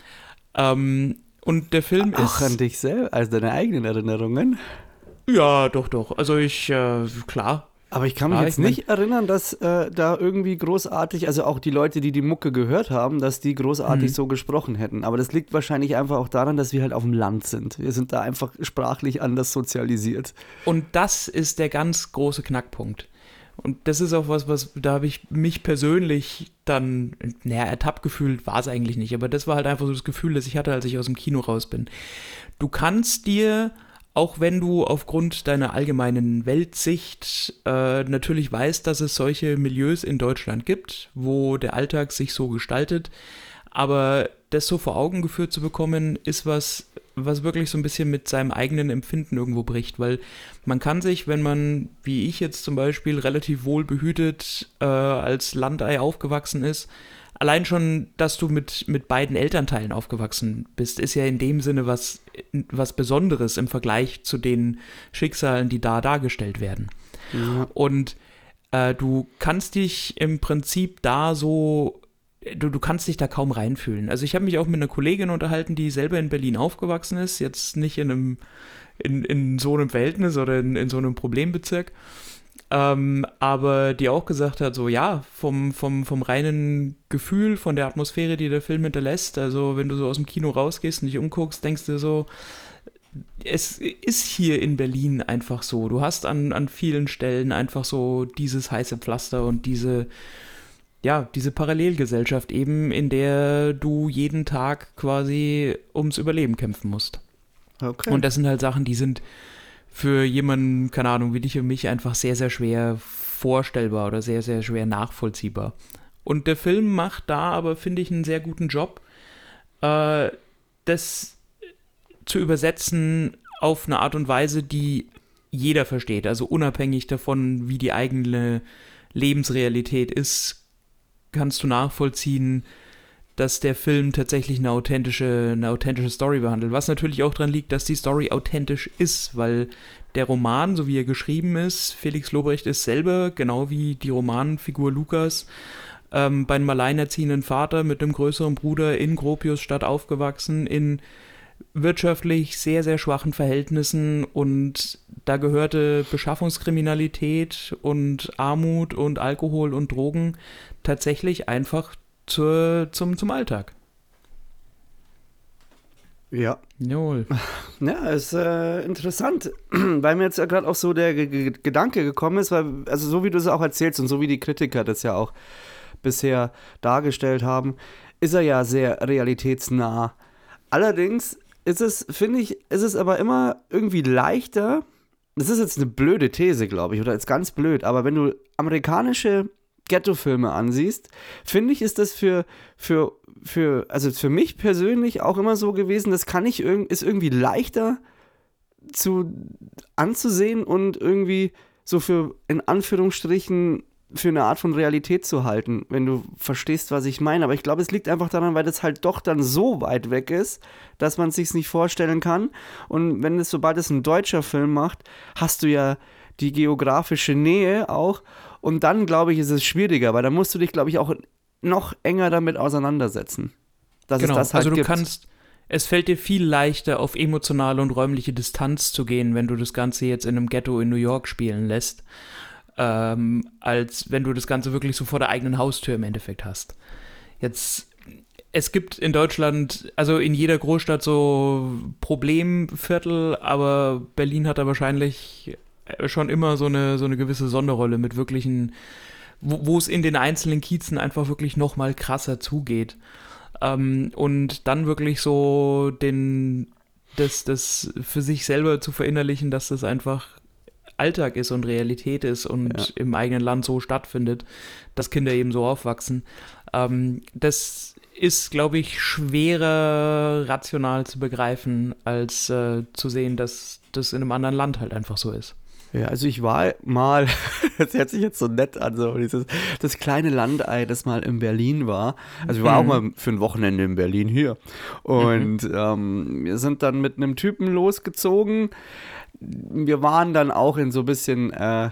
Und der Film Auch ist... an dich selbst, also deine eigenen Erinnerungen? Ja, doch. Also klar. Aber ich kann mich jetzt nicht erinnern, dass da irgendwie großartig, also auch die Leute, die die Mucke gehört haben, dass die großartig so gesprochen hätten. Aber das liegt wahrscheinlich einfach auch daran, dass wir halt auf dem Land sind. Wir sind da einfach sprachlich anders sozialisiert. Und das ist der ganz große Knackpunkt. Und das ist auch was da habe ich mich persönlich dann, ertappt gefühlt, war es eigentlich nicht. Aber das war halt einfach so das Gefühl, das ich hatte, als ich aus dem Kino raus bin. Du kannst dir, auch wenn du aufgrund deiner allgemeinen Weltsicht natürlich weißt, dass es solche Milieus in Deutschland gibt, wo der Alltag sich so gestaltet, aber das so vor Augen geführt zu bekommen, ist was wirklich so ein bisschen mit seinem eigenen Empfinden irgendwo bricht, weil man kann sich, wenn man, wie ich jetzt zum Beispiel, relativ wohlbehütet als Landei aufgewachsen ist, allein schon, dass du mit beiden Elternteilen aufgewachsen bist, ist ja in dem Sinne was Besonderes im Vergleich zu den Schicksalen, die da dargestellt werden. Ja. Und du kannst dich im Prinzip da so, du kannst dich da kaum reinfühlen. Also ich habe mich auch mit einer Kollegin unterhalten, die selber in Berlin aufgewachsen ist, jetzt nicht in so einem Verhältnis oder in so einem Problembezirk, aber die auch gesagt hat, so ja, vom reinen Gefühl, von der Atmosphäre, die der Film hinterlässt, also wenn du so aus dem Kino rausgehst und dich umguckst, denkst du so, es ist hier in Berlin einfach so. Du hast an vielen Stellen einfach so dieses heiße Pflaster und diese Parallelgesellschaft eben, in der du jeden Tag quasi ums Überleben kämpfen musst. Okay. Und das sind halt Sachen, die sind für jemanden, keine Ahnung, wie dich und mich einfach sehr, sehr schwer vorstellbar oder sehr, sehr schwer nachvollziehbar. Und der Film macht da aber, finde ich, einen sehr guten Job, das zu übersetzen auf eine Art und Weise, die jeder versteht. Also unabhängig davon, wie die eigene Lebensrealität ist, kannst du nachvollziehen, dass der Film tatsächlich eine authentische Story behandelt. Was natürlich auch daran liegt, dass die Story authentisch ist, weil der Roman, so wie er geschrieben ist, Felix Lobrecht ist selber, genau wie die Romanfigur Lukas, bei einem alleinerziehenden Vater mit einem größeren Bruder in Gropiusstadt aufgewachsen, in wirtschaftlich sehr, sehr schwachen Verhältnissen, und da gehörte Beschaffungskriminalität und Armut und Alkohol und Drogen tatsächlich einfach zum Alltag. Ja. Jawohl. Ja, ist interessant, weil mir jetzt ja gerade auch so der Gedanke gekommen ist, weil, also so wie du es auch erzählst und so wie die Kritiker das ja auch bisher dargestellt haben, ist er ja sehr realitätsnah. Allerdings ist es aber immer irgendwie leichter, das ist jetzt eine blöde These, glaube ich, oder ist ganz blöd, aber wenn du amerikanische Ghetto-Filme ansiehst, finde ich, ist das also für mich persönlich auch immer so gewesen, das ist irgendwie leichter anzusehen und irgendwie so für, in Anführungsstrichen, für eine Art von Realität zu halten, wenn du verstehst, was ich meine. Aber ich glaube, es liegt einfach daran, weil das halt doch dann so weit weg ist, dass man es sich nicht vorstellen kann. Und sobald es ein deutscher Film macht, hast du ja die geografische Nähe auch. Und dann, glaube ich, ist es schwieriger, weil da musst du dich, glaube ich, auch noch enger damit auseinandersetzen. Dass genau, es das halt also gibt. Es fällt dir viel leichter, auf emotionale und räumliche Distanz zu gehen, wenn du das Ganze jetzt in einem Ghetto in New York spielen lässt, als wenn du das Ganze wirklich so vor der eigenen Haustür im Endeffekt hast. Es gibt in Deutschland, also in jeder Großstadt so Problemviertel, aber Berlin hat da wahrscheinlich schon immer so eine gewisse Sonderrolle mit wirklichen, wo es in den einzelnen Kiezen einfach wirklich nochmal krasser zugeht. Und dann wirklich so das für sich selber zu verinnerlichen, dass das einfach Alltag ist und Realität ist und im eigenen Land so stattfindet, dass Kinder eben so aufwachsen. Das ist, glaube ich, schwerer rational zu begreifen, als zu sehen, dass das in einem anderen Land halt einfach so ist. Ja, also ich war mal, das hört sich jetzt so nett an, so das kleine Landei, das mal in Berlin war. Also ich war auch mal für ein Wochenende in Berlin hier. Und wir sind dann mit einem Typen losgezogen. Wir waren dann auch in so ein bisschen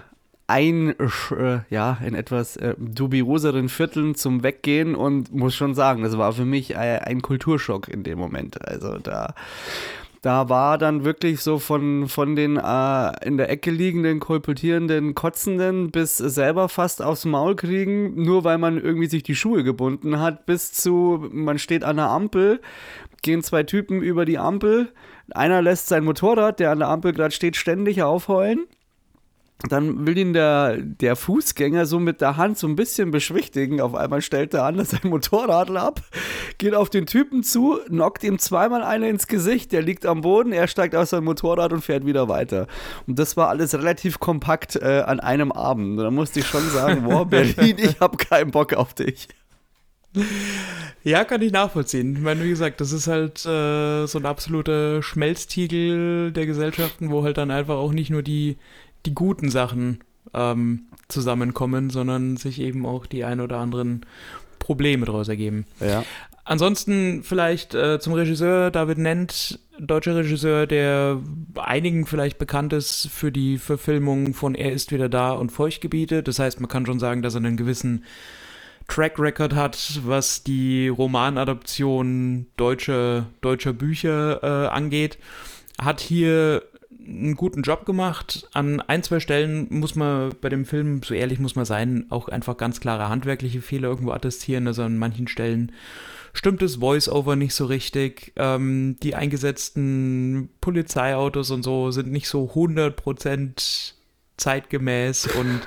in etwas dubioseren Vierteln zum Weggehen und muss schon sagen, das war für mich ein Kulturschock in dem Moment. Also da war dann wirklich so von den in der Ecke liegenden, kolportierenden, kotzenden bis selber fast aufs Maul kriegen, nur weil man irgendwie sich die Schuhe gebunden hat, bis zu, man steht an der Ampel, gehen 2 Typen über die Ampel, einer lässt sein Motorrad, der an der Ampel gerade steht, ständig aufheulen. Dann will ihn der Fußgänger so mit der Hand so ein bisschen beschwichtigen. Auf einmal stellt er an, sein Motorrad ab, geht auf den Typen zu, knockt ihm zweimal eine ins Gesicht, der liegt am Boden, er steigt aus seinem Motorrad und fährt wieder weiter. Und das war alles relativ kompakt an einem Abend. Da musste ich schon sagen, boah, Berlin, ich habe keinen Bock auf dich. Ja, kann ich nachvollziehen. Ich meine, wie gesagt, das ist halt so ein absoluter Schmelztiegel der Gesellschaften, wo halt dann einfach auch nicht nur die guten Sachen zusammenkommen, sondern sich eben auch die ein oder anderen Probleme daraus ergeben. Ja. Ansonsten vielleicht zum Regisseur David Nent, deutscher Regisseur, der einigen vielleicht bekannt ist für die Verfilmung von Er ist wieder da und Feuchtgebiete. Das heißt, man kann schon sagen, dass er einen gewissen Track Record hat, was die Romanadaption deutscher Bücher angeht. Hat hier einen guten Job gemacht. An 1-2 Stellen muss man bei dem Film, so ehrlich muss man sein, auch einfach ganz klare handwerkliche Fehler irgendwo attestieren. Also an manchen Stellen stimmt das Voice-Over nicht so richtig. Die eingesetzten Polizeiautos und so sind nicht so 100% zeitgemäß und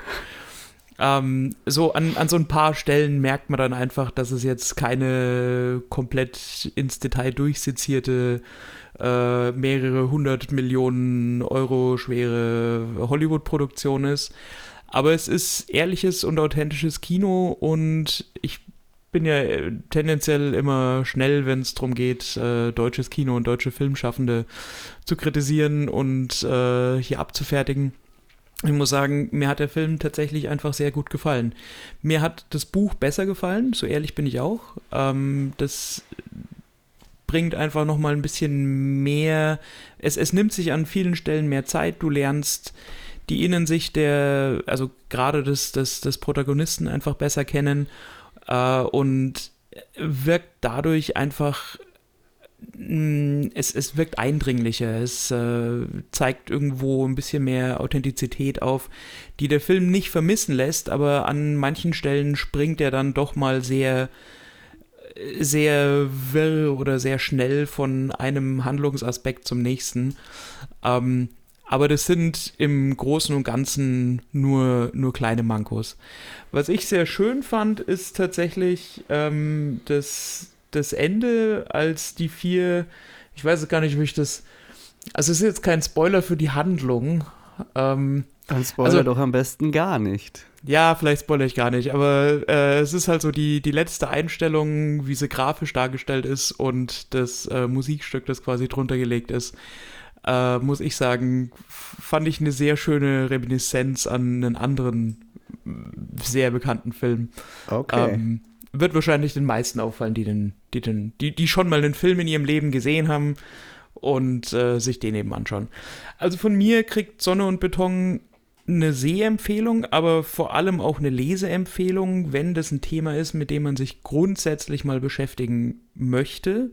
so an so ein paar Stellen merkt man dann einfach, dass es jetzt keine komplett ins Detail durchsezierte mehrere 100 Millionen Euro schwere Hollywood-Produktion ist. Aber es ist ehrliches und authentisches Kino und ich bin ja tendenziell immer schnell, wenn es darum geht, deutsches Kino und deutsche Filmschaffende zu kritisieren und hier abzufertigen. Ich muss sagen, mir hat der Film tatsächlich einfach sehr gut gefallen. Mir hat das Buch besser gefallen, so ehrlich bin ich auch. Das bringt einfach nochmal ein bisschen mehr, es nimmt sich an vielen Stellen mehr Zeit, du lernst die Innensicht also gerade des Protagonisten einfach besser kennen und wirkt dadurch einfach, es wirkt eindringlicher, es zeigt irgendwo ein bisschen mehr Authentizität auf, die der Film nicht vermissen lässt, aber an manchen Stellen springt er dann doch mal sehr wirr oder sehr schnell von einem Handlungsaspekt zum nächsten. Aber das sind im Großen und Ganzen nur kleine Mankos. Was ich sehr schön fand, ist tatsächlich das Ende, als die 4, ich weiß gar nicht, wie ich das, also es ist jetzt kein Spoiler für die Handlung. Dann spoiler doch am besten gar nicht. Ja, vielleicht spoilere ich gar nicht, aber es ist halt so die letzte Einstellung, wie sie grafisch dargestellt ist und das Musikstück, das quasi drunter gelegt ist, muss ich sagen, fand ich eine sehr schöne Reminiszenz an einen anderen sehr bekannten Film. Okay. Wird wahrscheinlich den meisten auffallen, die schon mal einen Film in ihrem Leben gesehen haben und sich den eben anschauen. Also von mir kriegt Sonne und Beton eine Sehempfehlung, aber vor allem auch eine Leseempfehlung, wenn das ein Thema ist, mit dem man sich grundsätzlich mal beschäftigen möchte.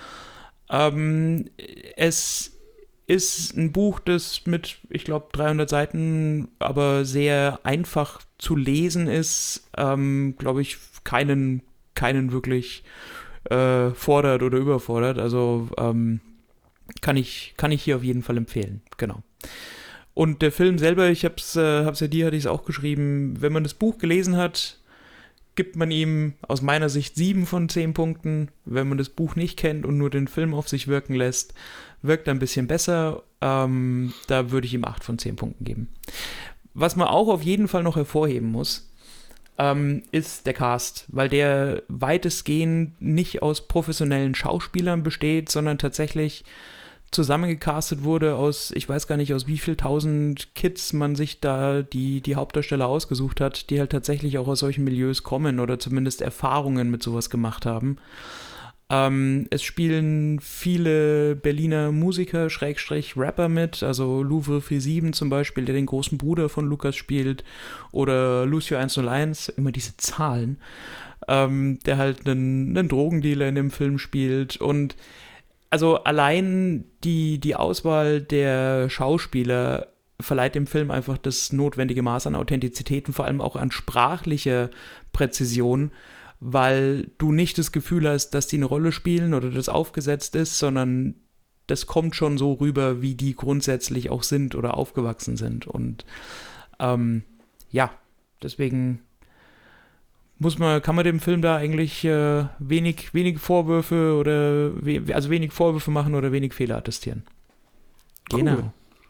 Es ist ein Buch, das mit, ich glaube, 300 Seiten, aber sehr einfach zu lesen ist, glaube ich, keinen wirklich fordert oder überfordert. Also kann ich hier auf jeden Fall empfehlen. Genau. Und der Film selber, hatte ich es auch geschrieben, wenn man das Buch gelesen hat, gibt man ihm aus meiner Sicht 7 von 10 Punkten. Wenn man das Buch nicht kennt und nur den Film auf sich wirken lässt, wirkt er ein bisschen besser. Da würde ich ihm 8 von 10 Punkten geben. Was man auch auf jeden Fall noch hervorheben muss, ist der Cast, weil der weitestgehend nicht aus professionellen Schauspielern besteht, sondern tatsächlich zusammengecastet wurde aus, ich weiß gar nicht, aus wie viel 1000 Kids man sich da die Hauptdarsteller ausgesucht hat, die halt tatsächlich auch aus solchen Milieus kommen oder zumindest Erfahrungen mit sowas gemacht haben. Es spielen viele Berliner Musiker, Schrägstrich Rapper mit, also Louvre 47 zum Beispiel, der den großen Bruder von Lukas spielt, oder Lucio 101, immer diese Zahlen, der halt einen Drogendealer in dem Film spielt. Und also allein die Auswahl der Schauspieler verleiht dem Film einfach das notwendige Maß an Authentizität und vor allem auch an sprachlicher Präzision, weil du nicht das Gefühl hast, dass die eine Rolle spielen oder das aufgesetzt ist, sondern das kommt schon so rüber, wie die grundsätzlich auch sind oder aufgewachsen sind. Und ja, deswegen kann man dem Film da eigentlich wenig Vorwürfe oder wenig Vorwürfe machen oder wenig Fehler attestieren. Cool. Genau.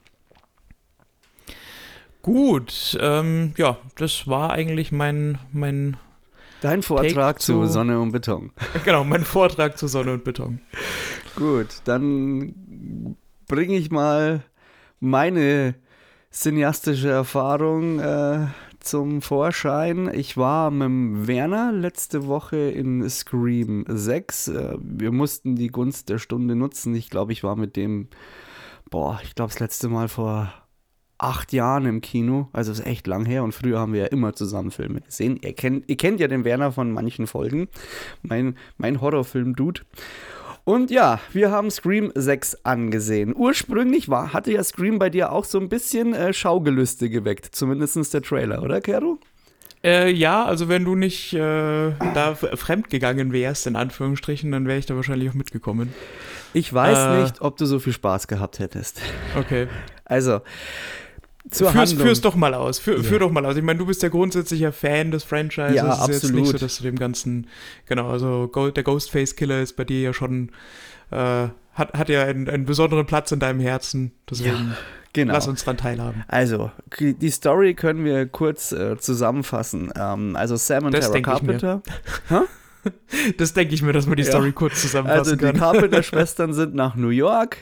Gut, ja, das war eigentlich mein Dein Vortrag Take zu Sonne und Beton. Genau, mein Vortrag zu Sonne und Beton. Gut, dann bringe ich mal meine cineastische Erfahrung zum Vorschein. Ich war mit dem Werner letzte Woche in Scream 6. Wir mussten die Gunst der Stunde nutzen. Ich glaube, ich war mit dem, das letzte Mal vor 8 Jahren im Kino, also ist echt lang her und früher haben wir ja immer zusammen Filme gesehen. Ihr kennt ja den Werner von manchen Folgen, mein Horrorfilm-Dude. Und ja, wir haben Scream 6 angesehen. Ursprünglich hatte ja Scream bei dir auch so ein bisschen Schaugelüste geweckt, zumindest der Trailer, oder Kero? Ja, also wenn du nicht da fremdgegangen wärst, in Anführungsstrichen, dann wäre ich da wahrscheinlich auch mitgekommen. Ich weiß nicht, ob du so viel Spaß gehabt hättest. Okay. Also, Führ's doch mal aus. Führ doch mal aus. Ich meine, du bist ja grundsätzlicher Fan des Franchises. Ja, es ist absolut. jetzt nicht so, dass du dem Ganzen, genau, also der Ghostface-Killer ist bei dir ja schon, hat ja einen besonderen Platz in deinem Herzen. Deswegen genau. Lass uns dran teilhaben. Also, die Story können wir kurz zusammenfassen. Also Sam und Tara Carpenter. Das denke ich mir, dass man die Story kurz zusammenfassen kann. Also die Carpenter-Schwestern sind nach New York.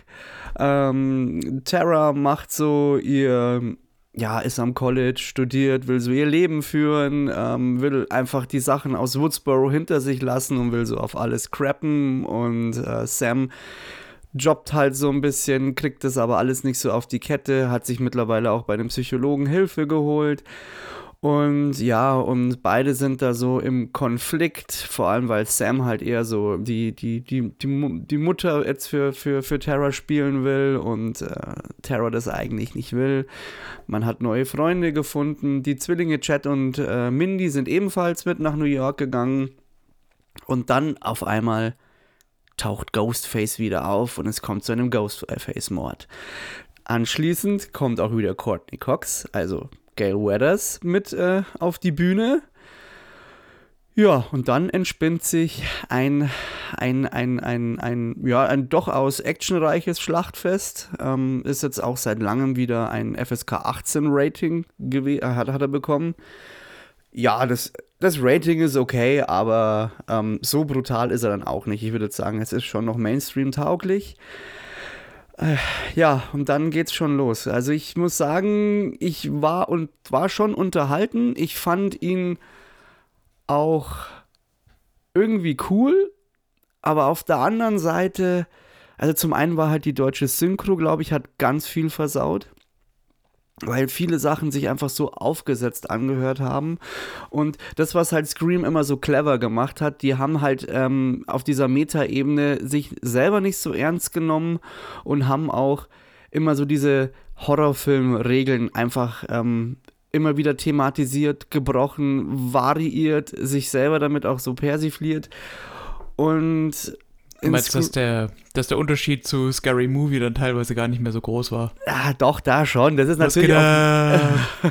Tara macht so ist am College, studiert, will so ihr Leben führen, will einfach die Sachen aus Woodsboro hinter sich lassen und will so auf alles crappen. Und Sam jobbt halt so ein bisschen, kriegt das aber alles nicht so auf die Kette, hat sich mittlerweile auch bei einem Psychologen Hilfe geholt. Und ja, und beide sind da so im Konflikt, vor allem weil Sam halt eher so die Mutter jetzt für Tara spielen will und Tara das eigentlich nicht will. Man hat neue Freunde gefunden, die Zwillinge Chad und Mindy sind ebenfalls mit nach New York gegangen und dann auf einmal taucht Ghostface wieder auf und es kommt zu einem Ghostface-Mord. Anschließend kommt auch wieder Courtney Cox, also Gale Weathers mit auf die Bühne. Ja, und dann entspinnt sich ein durchaus actionreiches Schlachtfest. Ist jetzt auch seit langem wieder ein FSK 18 Rating hat er bekommen. Ja, das Rating ist okay, aber so brutal ist er dann auch nicht. Ich würde jetzt sagen, es ist schon noch Mainstream-tauglich. Ja, und dann geht's schon los. Also ich muss sagen, ich war schon unterhalten. Ich fand ihn auch irgendwie cool, aber auf der anderen Seite, also zum einen war halt die deutsche Synchro, glaube ich, hat ganz viel versaut, weil viele Sachen sich einfach so aufgesetzt angehört haben. Und das, was halt Scream immer so clever gemacht hat, die haben halt auf dieser Meta-Ebene sich selber nicht so ernst genommen und haben auch immer so diese Horrorfilm-Regeln einfach immer wieder thematisiert, gebrochen, variiert, sich selber damit auch so persifliert. Und du meinst, dass der Unterschied zu Scary Movie dann teilweise gar nicht mehr so groß war? Ja, doch, da schon. Das ist natürlich auch...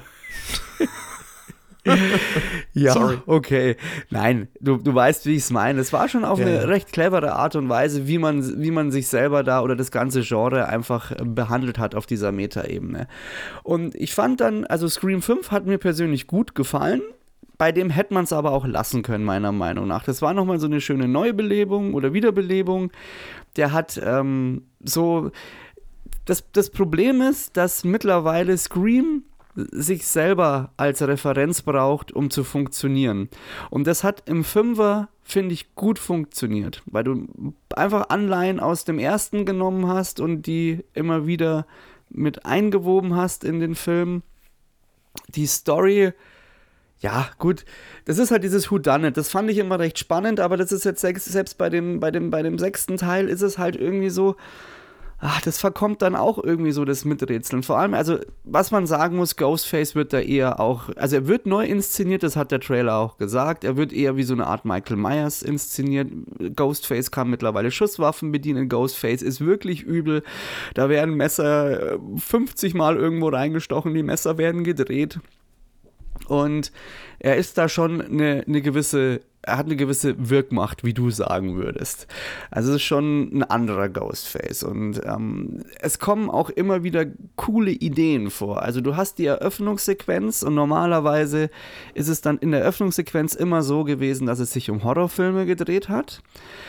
Ja, sorry. Okay. Nein, du weißt, wie ich es meine. Es war schon auf eine recht clevere Art und Weise, wie man sich selber da oder das ganze Genre einfach behandelt hat auf dieser Meta-Ebene. Und ich fand dann, also Scream 5 hat mir persönlich gut gefallen. Bei dem hätte man es aber auch lassen können, meiner Meinung nach. Das war nochmal so eine schöne Neubelebung oder Wiederbelebung. Der hat so... Das Problem ist, dass mittlerweile Scream sich selber als Referenz braucht, um zu funktionieren. Und das hat im Fünfer, finde ich, gut funktioniert, weil du einfach Anleihen aus dem ersten genommen hast und die immer wieder mit eingewoben hast in den Film. Die Story, ja gut, das ist halt dieses Whodunit, das fand ich immer recht spannend, aber das ist jetzt selbst bei dem sechsten Teil ist es halt irgendwie so, das verkommt dann auch irgendwie so das Miträtseln. Vor allem, also was man sagen muss, Ghostface wird da eher auch, also er wird neu inszeniert, das hat der Trailer auch gesagt, er wird eher wie so eine Art Michael Myers inszeniert. Ghostface kann mittlerweile Schusswaffen bedienen, Ghostface ist wirklich übel, da werden Messer 50 Mal irgendwo reingestochen, die Messer werden gedreht und er ist da schon er hat eine gewisse Wirkmacht, wie du sagen würdest. Also es ist schon ein anderer Ghostface und es kommen auch immer wieder coole Ideen vor. Also du hast die Eröffnungssequenz und normalerweise ist es dann in der Eröffnungssequenz immer so gewesen, dass es sich um Horrorfilme gedreht hat.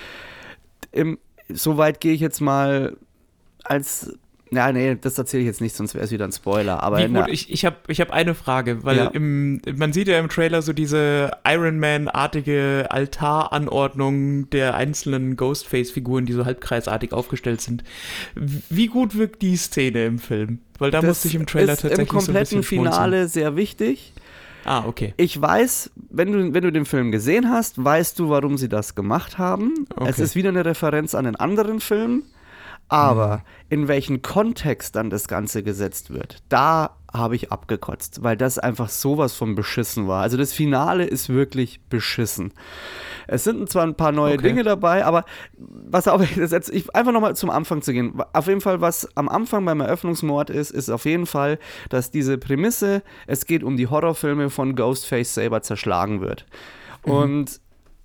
Soweit gehe ich jetzt mal als... Ja, nee, das erzähle ich jetzt nicht, sonst wäre es wieder ein Spoiler. Aber ich hab eine Frage, weil man sieht ja im Trailer so diese Iron Man-artige Altaranordnung der einzelnen Ghostface-Figuren, die so halbkreisartig aufgestellt sind. Wie gut wirkt die Szene im Film? Weil da musste ich im Trailer tatsächlich so ein bisschen im kompletten Finale sehr wichtig. Ah, okay. Ich weiß, wenn du den Film gesehen hast, weißt du, warum sie das gemacht haben. Okay. Es ist wieder eine Referenz an einen anderen Film. Aber in welchen Kontext dann das Ganze gesetzt wird, da habe ich abgekotzt, weil das einfach sowas von beschissen war. Also das Finale ist wirklich beschissen. Es sind zwar ein paar neue Dinge dabei, aber was auch einfach nochmal zum Anfang zu gehen. Auf jeden Fall, was am Anfang beim Eröffnungsmord ist auf jeden Fall, dass diese Prämisse, es geht um die Horrorfilme von Ghostface selber zerschlagen wird. Und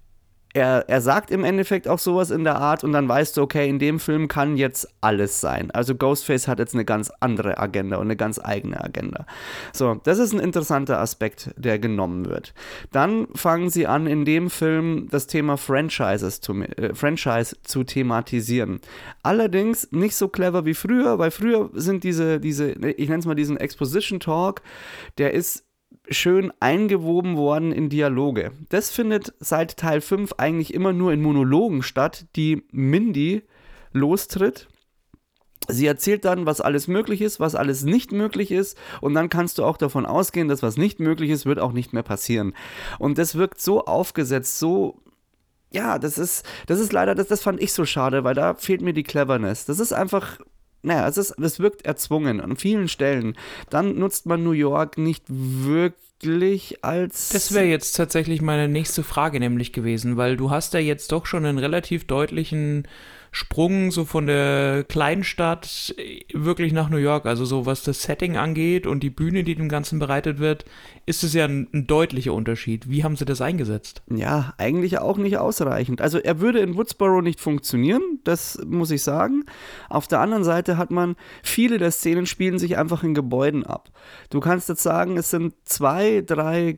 er sagt im Endeffekt auch sowas in der Art und dann weißt du, okay, in dem Film kann jetzt alles sein. Also Ghostface hat jetzt eine ganz andere Agenda und eine ganz eigene Agenda. So, das ist ein interessanter Aspekt, der genommen wird. Dann fangen sie an, in dem Film das Thema Franchise zu thematisieren. Allerdings nicht so clever wie früher, weil früher sind diese ich nenne es mal diesen Exposition Talk, der ist schön eingewoben worden in Dialoge. Das findet seit Teil 5 eigentlich immer nur in Monologen statt, die Mindy lostritt. Sie erzählt dann, was alles möglich ist, was alles nicht möglich ist und dann kannst du auch davon ausgehen, dass was nicht möglich ist, wird auch nicht mehr passieren. Und das wirkt so aufgesetzt, so... Ja, das ist leider, das fand ich so schade, weil da fehlt mir die Cleverness. Das ist einfach... Naja, es wirkt erzwungen an vielen Stellen. Dann nutzt man New York nicht wirklich als... Das wäre jetzt tatsächlich meine nächste Frage nämlich gewesen, weil du hast ja jetzt doch schon einen relativ deutlichen Sprung so von der Kleinstadt wirklich nach New York, also so was das Setting angeht und die Bühne, die dem Ganzen bereitet wird, ist es ja ein deutlicher Unterschied. Wie haben sie das eingesetzt? Ja, eigentlich auch nicht ausreichend. Also er würde in Woodsboro nicht funktionieren, das muss ich sagen. Auf der anderen Seite hat man, viele der Szenen spielen sich einfach in Gebäuden ab. Du kannst jetzt sagen, es sind zwei, drei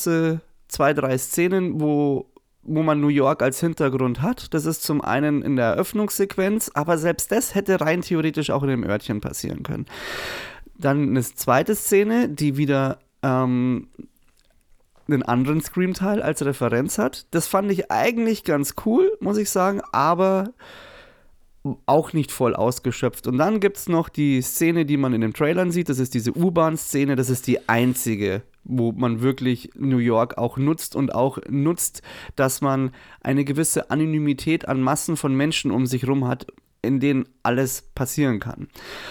Szenen, wo man New York als Hintergrund hat. Das ist zum einen in der Eröffnungssequenz, aber selbst das hätte rein theoretisch auch in dem Örtchen passieren können. Dann eine zweite Szene, die wieder einen anderen Scream-Teil als Referenz hat. Das fand ich eigentlich ganz cool, muss ich sagen, aber auch nicht voll ausgeschöpft. Und dann gibt es noch die Szene, die man in den Trailern sieht, das ist diese U-Bahn-Szene, das ist die einzige, wo man wirklich New York auch nutzt und auch nutzt, dass man eine gewisse Anonymität an Massen von Menschen um sich rum hat, in denen alles passieren kann.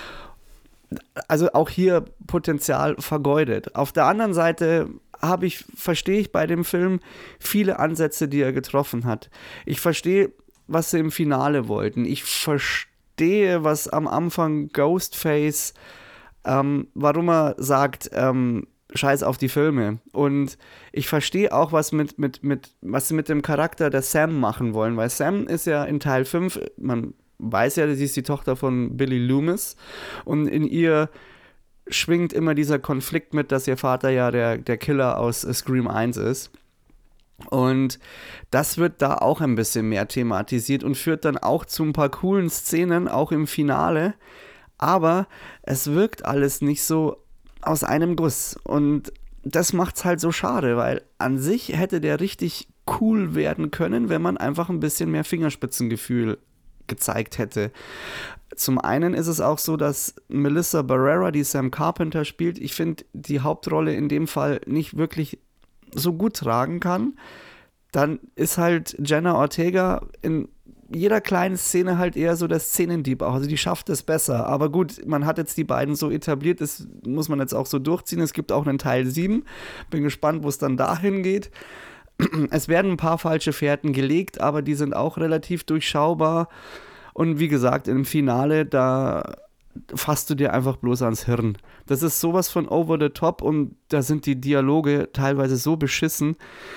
Also auch hier Potenzial vergeudet. Auf der anderen Seite verstehe ich bei dem Film viele Ansätze, die er getroffen hat. Ich verstehe, was sie im Finale wollten. Ich verstehe, was am Anfang Ghostface, warum er sagt, Scheiß auf die Filme. Und ich verstehe auch, was sie mit dem Charakter der Sam machen wollen, weil Sam ist ja in Teil 5, man weiß ja, sie ist die Tochter von Billy Loomis und in ihr schwingt immer dieser Konflikt mit, dass ihr Vater ja der Killer aus Scream 1 ist. Und das wird da auch ein bisschen mehr thematisiert und führt dann auch zu ein paar coolen Szenen, auch im Finale. Aber es wirkt alles nicht so aus einem Guss. Und das macht's halt so schade, weil an sich hätte der richtig cool werden können, wenn man einfach ein bisschen mehr Fingerspitzengefühl gezeigt hätte. Zum einen ist es auch so, dass Melissa Barrera, die Sam Carpenter spielt, ich finde, die Hauptrolle in dem Fall nicht wirklich so gut tragen kann. Dann ist halt Jenna Ortega in jeder kleinen Szene halt eher so der Szenendieb auch. Also die schafft es besser. Aber gut, man hat jetzt die beiden so etabliert, das muss man jetzt auch so durchziehen. Es gibt auch einen Teil 7. Bin gespannt, wo es dann dahin geht. Es werden ein paar falsche Fährten gelegt, aber die sind auch relativ durchschaubar. Und wie gesagt, im Finale, da fasst du dir einfach bloß ans Hirn. Das ist sowas von over the top und da sind die Dialoge teilweise so beschissen.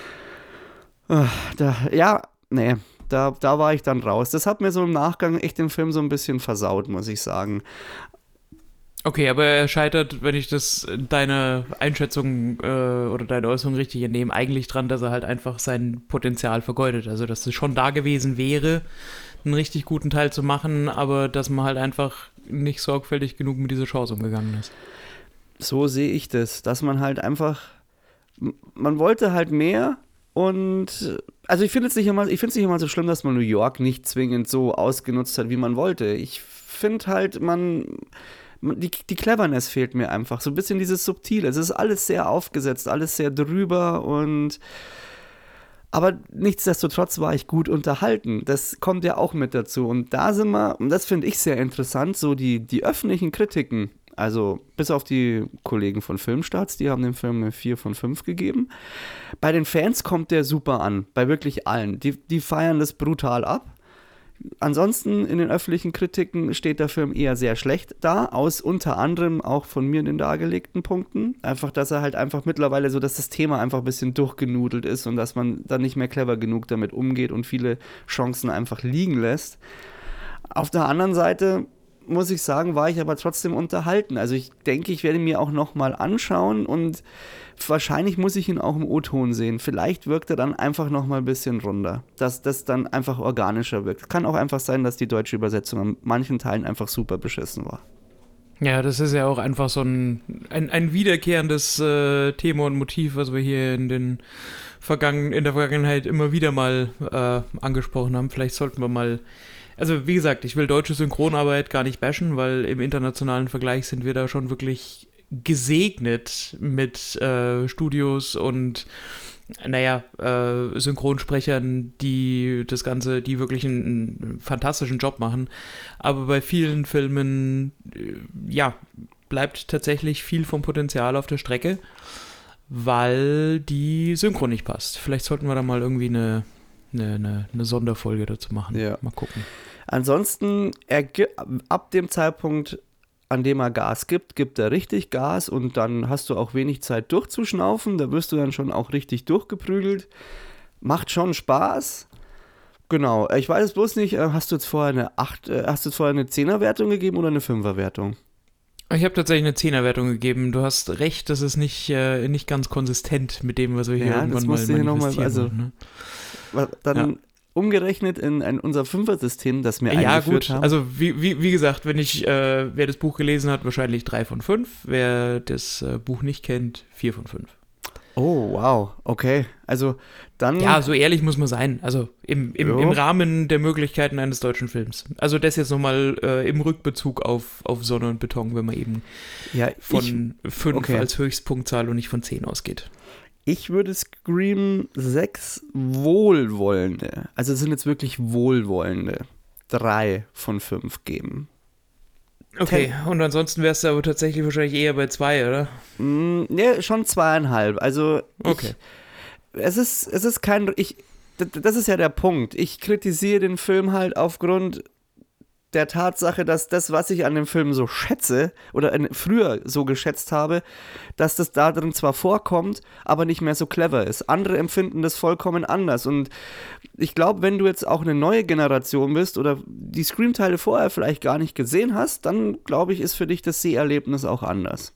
Da war ich dann raus. Das hat mir so im Nachgang echt den Film so ein bisschen versaut, muss ich sagen. Okay, aber er scheitert, wenn ich das deine Einschätzung oder deine Äußerung richtig entnehme, eigentlich dran, dass er halt einfach sein Potenzial vergeudet. Also, dass es schon da gewesen wäre, einen richtig guten Teil zu machen, aber dass man halt einfach nicht sorgfältig genug mit dieser Chance umgegangen ist. So sehe ich das, dass man halt einfach, man wollte halt mehr und, also ich finde es nicht immer so schlimm, dass man New York nicht zwingend so ausgenutzt hat, wie man wollte. Ich finde halt, die Cleverness fehlt mir einfach. So ein bisschen dieses Subtile. Es ist alles sehr aufgesetzt, alles sehr drüber aber nichtsdestotrotz war ich gut unterhalten. Das kommt ja auch mit dazu. Und da sind wir, und das finde ich sehr interessant, so die öffentlichen Kritiken, also bis auf die Kollegen von Filmstarts, die haben dem Film eine 4 von 5 gegeben. Bei den Fans kommt der super an, bei wirklich allen. Die feiern das brutal ab. Ansonsten in den öffentlichen Kritiken steht der Film eher sehr schlecht da, aus unter anderem auch von mir in den dargelegten Punkten. Einfach, dass er halt einfach mittlerweile so, dass das Thema einfach ein bisschen durchgenudelt ist und dass man dann nicht mehr clever genug damit umgeht und viele Chancen einfach liegen lässt. Auf der anderen Seite muss ich sagen, war ich aber trotzdem unterhalten. Also ich denke, ich werde ihn mir auch nochmal anschauen und wahrscheinlich muss ich ihn auch im O-Ton sehen. Vielleicht wirkt er dann einfach nochmal ein bisschen runder, dass das dann einfach organischer wirkt. Kann auch einfach sein, dass die deutsche Übersetzung an manchen Teilen einfach super beschissen war. Ja, das ist ja auch einfach so ein wiederkehrendes Thema und Motiv, was wir hier in der Vergangenheit immer wieder mal angesprochen haben. Vielleicht sollten wir mal, also wie gesagt, ich will deutsche Synchronarbeit gar nicht bashen, weil im internationalen Vergleich sind wir da schon wirklich gesegnet mit Studios und Synchronsprechern, die wirklich einen fantastischen Job machen. Aber bei vielen Filmen, bleibt tatsächlich viel vom Potenzial auf der Strecke, weil die Synchro nicht passt. Vielleicht sollten wir da mal irgendwie eine Sonderfolge dazu machen. Ja. Mal gucken. Ansonsten, ab dem Zeitpunkt, an dem er Gas gibt er richtig Gas und dann hast du auch wenig Zeit durchzuschnaufen, da wirst du dann schon auch richtig durchgeprügelt. Macht schon Spaß. Genau, ich weiß es bloß nicht, hast du jetzt vorher eine 10er-Wertung gegeben oder eine 5er-Wertung? Ich habe tatsächlich eine 10er-Wertung gegeben. Du hast recht, das ist nicht ganz konsistent mit dem, was wir hier irgendwann mal manifestieren. Dann umgerechnet in unser 5er-System, das wir eingeführt haben. Also wie gesagt, wer das Buch gelesen hat, wahrscheinlich 3 von 5. Wer das Buch nicht kennt, 4 von 5. Oh, wow, okay. Also dann... Ja, so ehrlich muss man sein. Also im Rahmen der Möglichkeiten eines deutschen Films. Also das jetzt nochmal im Rückbezug auf Sonne und Beton, wenn man eben von 5 als Höchstpunktzahl und nicht von 10 ausgeht. Ich würde Scream 6 wohlwollende, also es sind jetzt wirklich wohlwollende, 3 von 5 geben. Okay, und ansonsten wärst du aber tatsächlich wahrscheinlich eher bei 2, oder? Ne, schon 2,5. Also okay. Das ist ja der Punkt. Ich kritisiere den Film halt aufgrund der Tatsache, dass das, was ich an dem Film so schätze oder früher so geschätzt habe, dass das da drin zwar vorkommt, aber nicht mehr so clever ist. Andere empfinden das vollkommen anders und ich glaube, wenn du jetzt auch eine neue Generation bist oder die Scream-Teile vorher vielleicht gar nicht gesehen hast, dann glaube ich, ist für dich das Seherlebnis auch anders.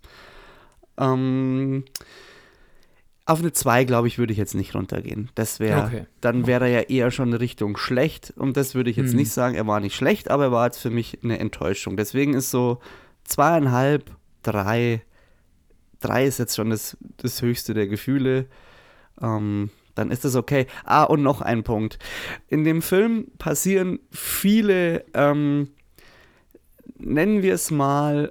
Auf eine 2, glaube ich, würde ich jetzt nicht runtergehen. Dann wäre er ja eher schon in Richtung schlecht. Und das würde ich jetzt nicht sagen. Er war nicht schlecht, aber er war jetzt für mich eine Enttäuschung. Deswegen ist so 2,5, 3 3 ist jetzt schon das höchste der Gefühle. Dann ist das okay. Und noch ein Punkt. In dem Film passieren viele, nennen wir es mal,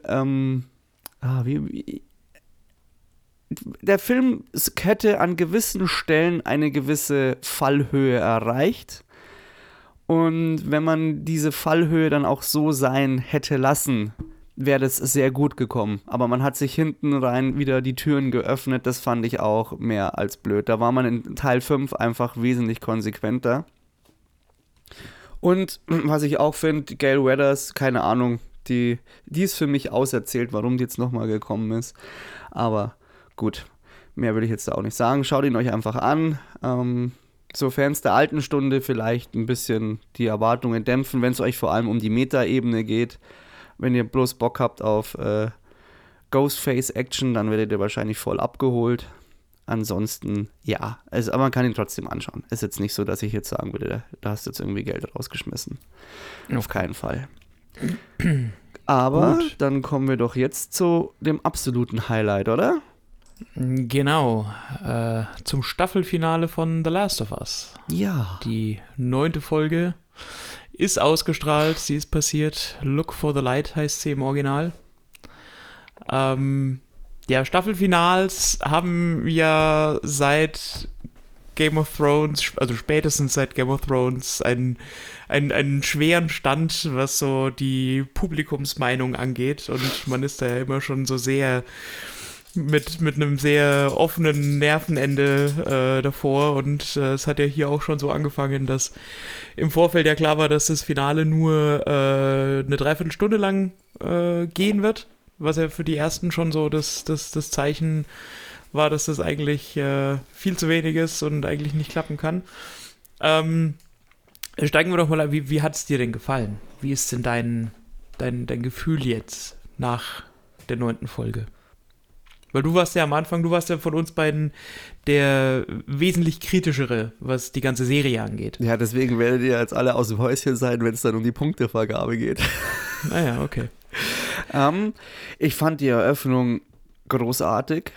der Film hätte an gewissen Stellen eine gewisse Fallhöhe erreicht. Und wenn man diese Fallhöhe dann auch so sein hätte lassen, wäre das sehr gut gekommen. Aber man hat sich hinten rein wieder die Türen geöffnet. Das fand ich auch mehr als blöd. Da war man in Teil 5 einfach wesentlich konsequenter. Und was ich auch finde, Gale Weathers, keine Ahnung, die ist für mich auserzählt, warum die jetzt nochmal gekommen ist. Aber gut, mehr will ich jetzt da auch nicht sagen. Schaut ihn euch einfach an. So Fans der alten Stunde vielleicht ein bisschen die Erwartungen dämpfen, wenn es euch vor allem um die Meta-Ebene geht. Wenn ihr bloß Bock habt auf Ghostface-Action, dann werdet ihr wahrscheinlich voll abgeholt. Ansonsten, ja, aber man kann ihn trotzdem anschauen. Ist jetzt nicht so, dass ich jetzt sagen würde, da hast du jetzt irgendwie Geld rausgeschmissen. Auf keinen Fall. Aber gut, dann kommen wir doch jetzt zu dem absoluten Highlight, oder? Genau, zum Staffelfinale von The Last of Us. Ja. Die 9. Folge ist ausgestrahlt, sie ist passiert. Look for the Light heißt sie im Original. Ja, Staffelfinals haben ja seit Game of Thrones, also spätestens seit Game of Thrones, einen schweren Stand, was so die Publikumsmeinung angeht. Und man ist da ja immer schon so sehr mit einem sehr offenen Nervenende davor. Und es hat ja hier auch schon so angefangen, dass im Vorfeld ja klar war, dass das Finale nur eine Dreiviertelstunde lang gehen wird. Was ja für die ersten schon so das Zeichen war, dass das eigentlich viel zu wenig ist und eigentlich nicht klappen kann. Steigen wir doch mal an, wie hat es dir denn gefallen? Wie ist denn dein Gefühl jetzt nach der 9. Folge? Weil du warst ja am Anfang, du warst ja von uns beiden der wesentlich kritischere, was die ganze Serie angeht. Ja, deswegen werdet ihr jetzt alle aus dem Häuschen sein, wenn es dann um die Punktevergabe geht. Naja, okay. Ich fand die Eröffnung großartig.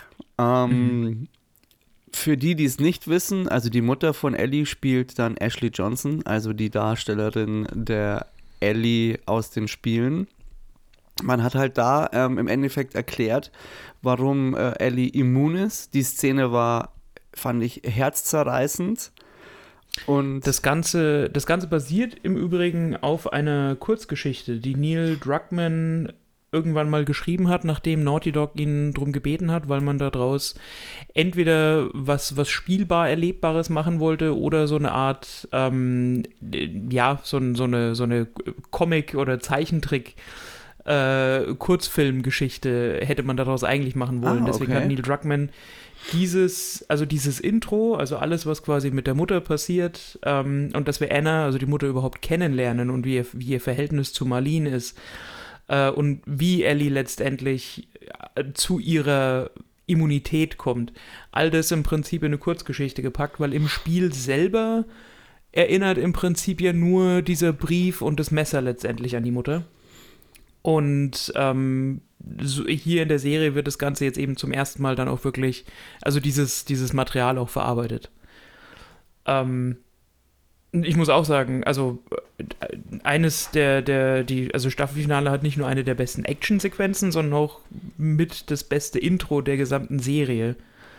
Für die es nicht wissen, also die Mutter von Ellie spielt dann Ashley Johnson, also die Darstellerin der Ellie aus den Spielen. Man hat halt da im Endeffekt erklärt, warum Ellie immun ist. Die Szene war, fand ich, herzzerreißend. Und das Ganze basiert im Übrigen auf einer Kurzgeschichte, die Neil Druckmann irgendwann mal geschrieben hat, nachdem Naughty Dog ihn drum gebeten hat, weil man daraus entweder was spielbar Erlebbares machen wollte oder so eine Art, so eine Comic- oder Zeichentrick Kurzfilmgeschichte hätte man daraus eigentlich machen wollen. Deswegen hat Neil Druckmann dieses Intro, also alles, was quasi mit der Mutter passiert, und dass wir Anna, also die Mutter, überhaupt kennenlernen und wie ihr Verhältnis zu Marlene ist, und wie Ellie letztendlich zu ihrer Immunität kommt. All das im Prinzip in eine Kurzgeschichte gepackt, weil im Spiel selber erinnert im Prinzip ja nur dieser Brief und das Messer letztendlich an die Mutter. Und so hier in der Serie wird das Ganze jetzt eben zum ersten Mal dann auch wirklich, also dieses Material auch verarbeitet. Ich muss auch sagen, also also Staffelfinale hat nicht nur eine der besten Actionsequenzen, sondern auch mit das beste Intro der gesamten Serie.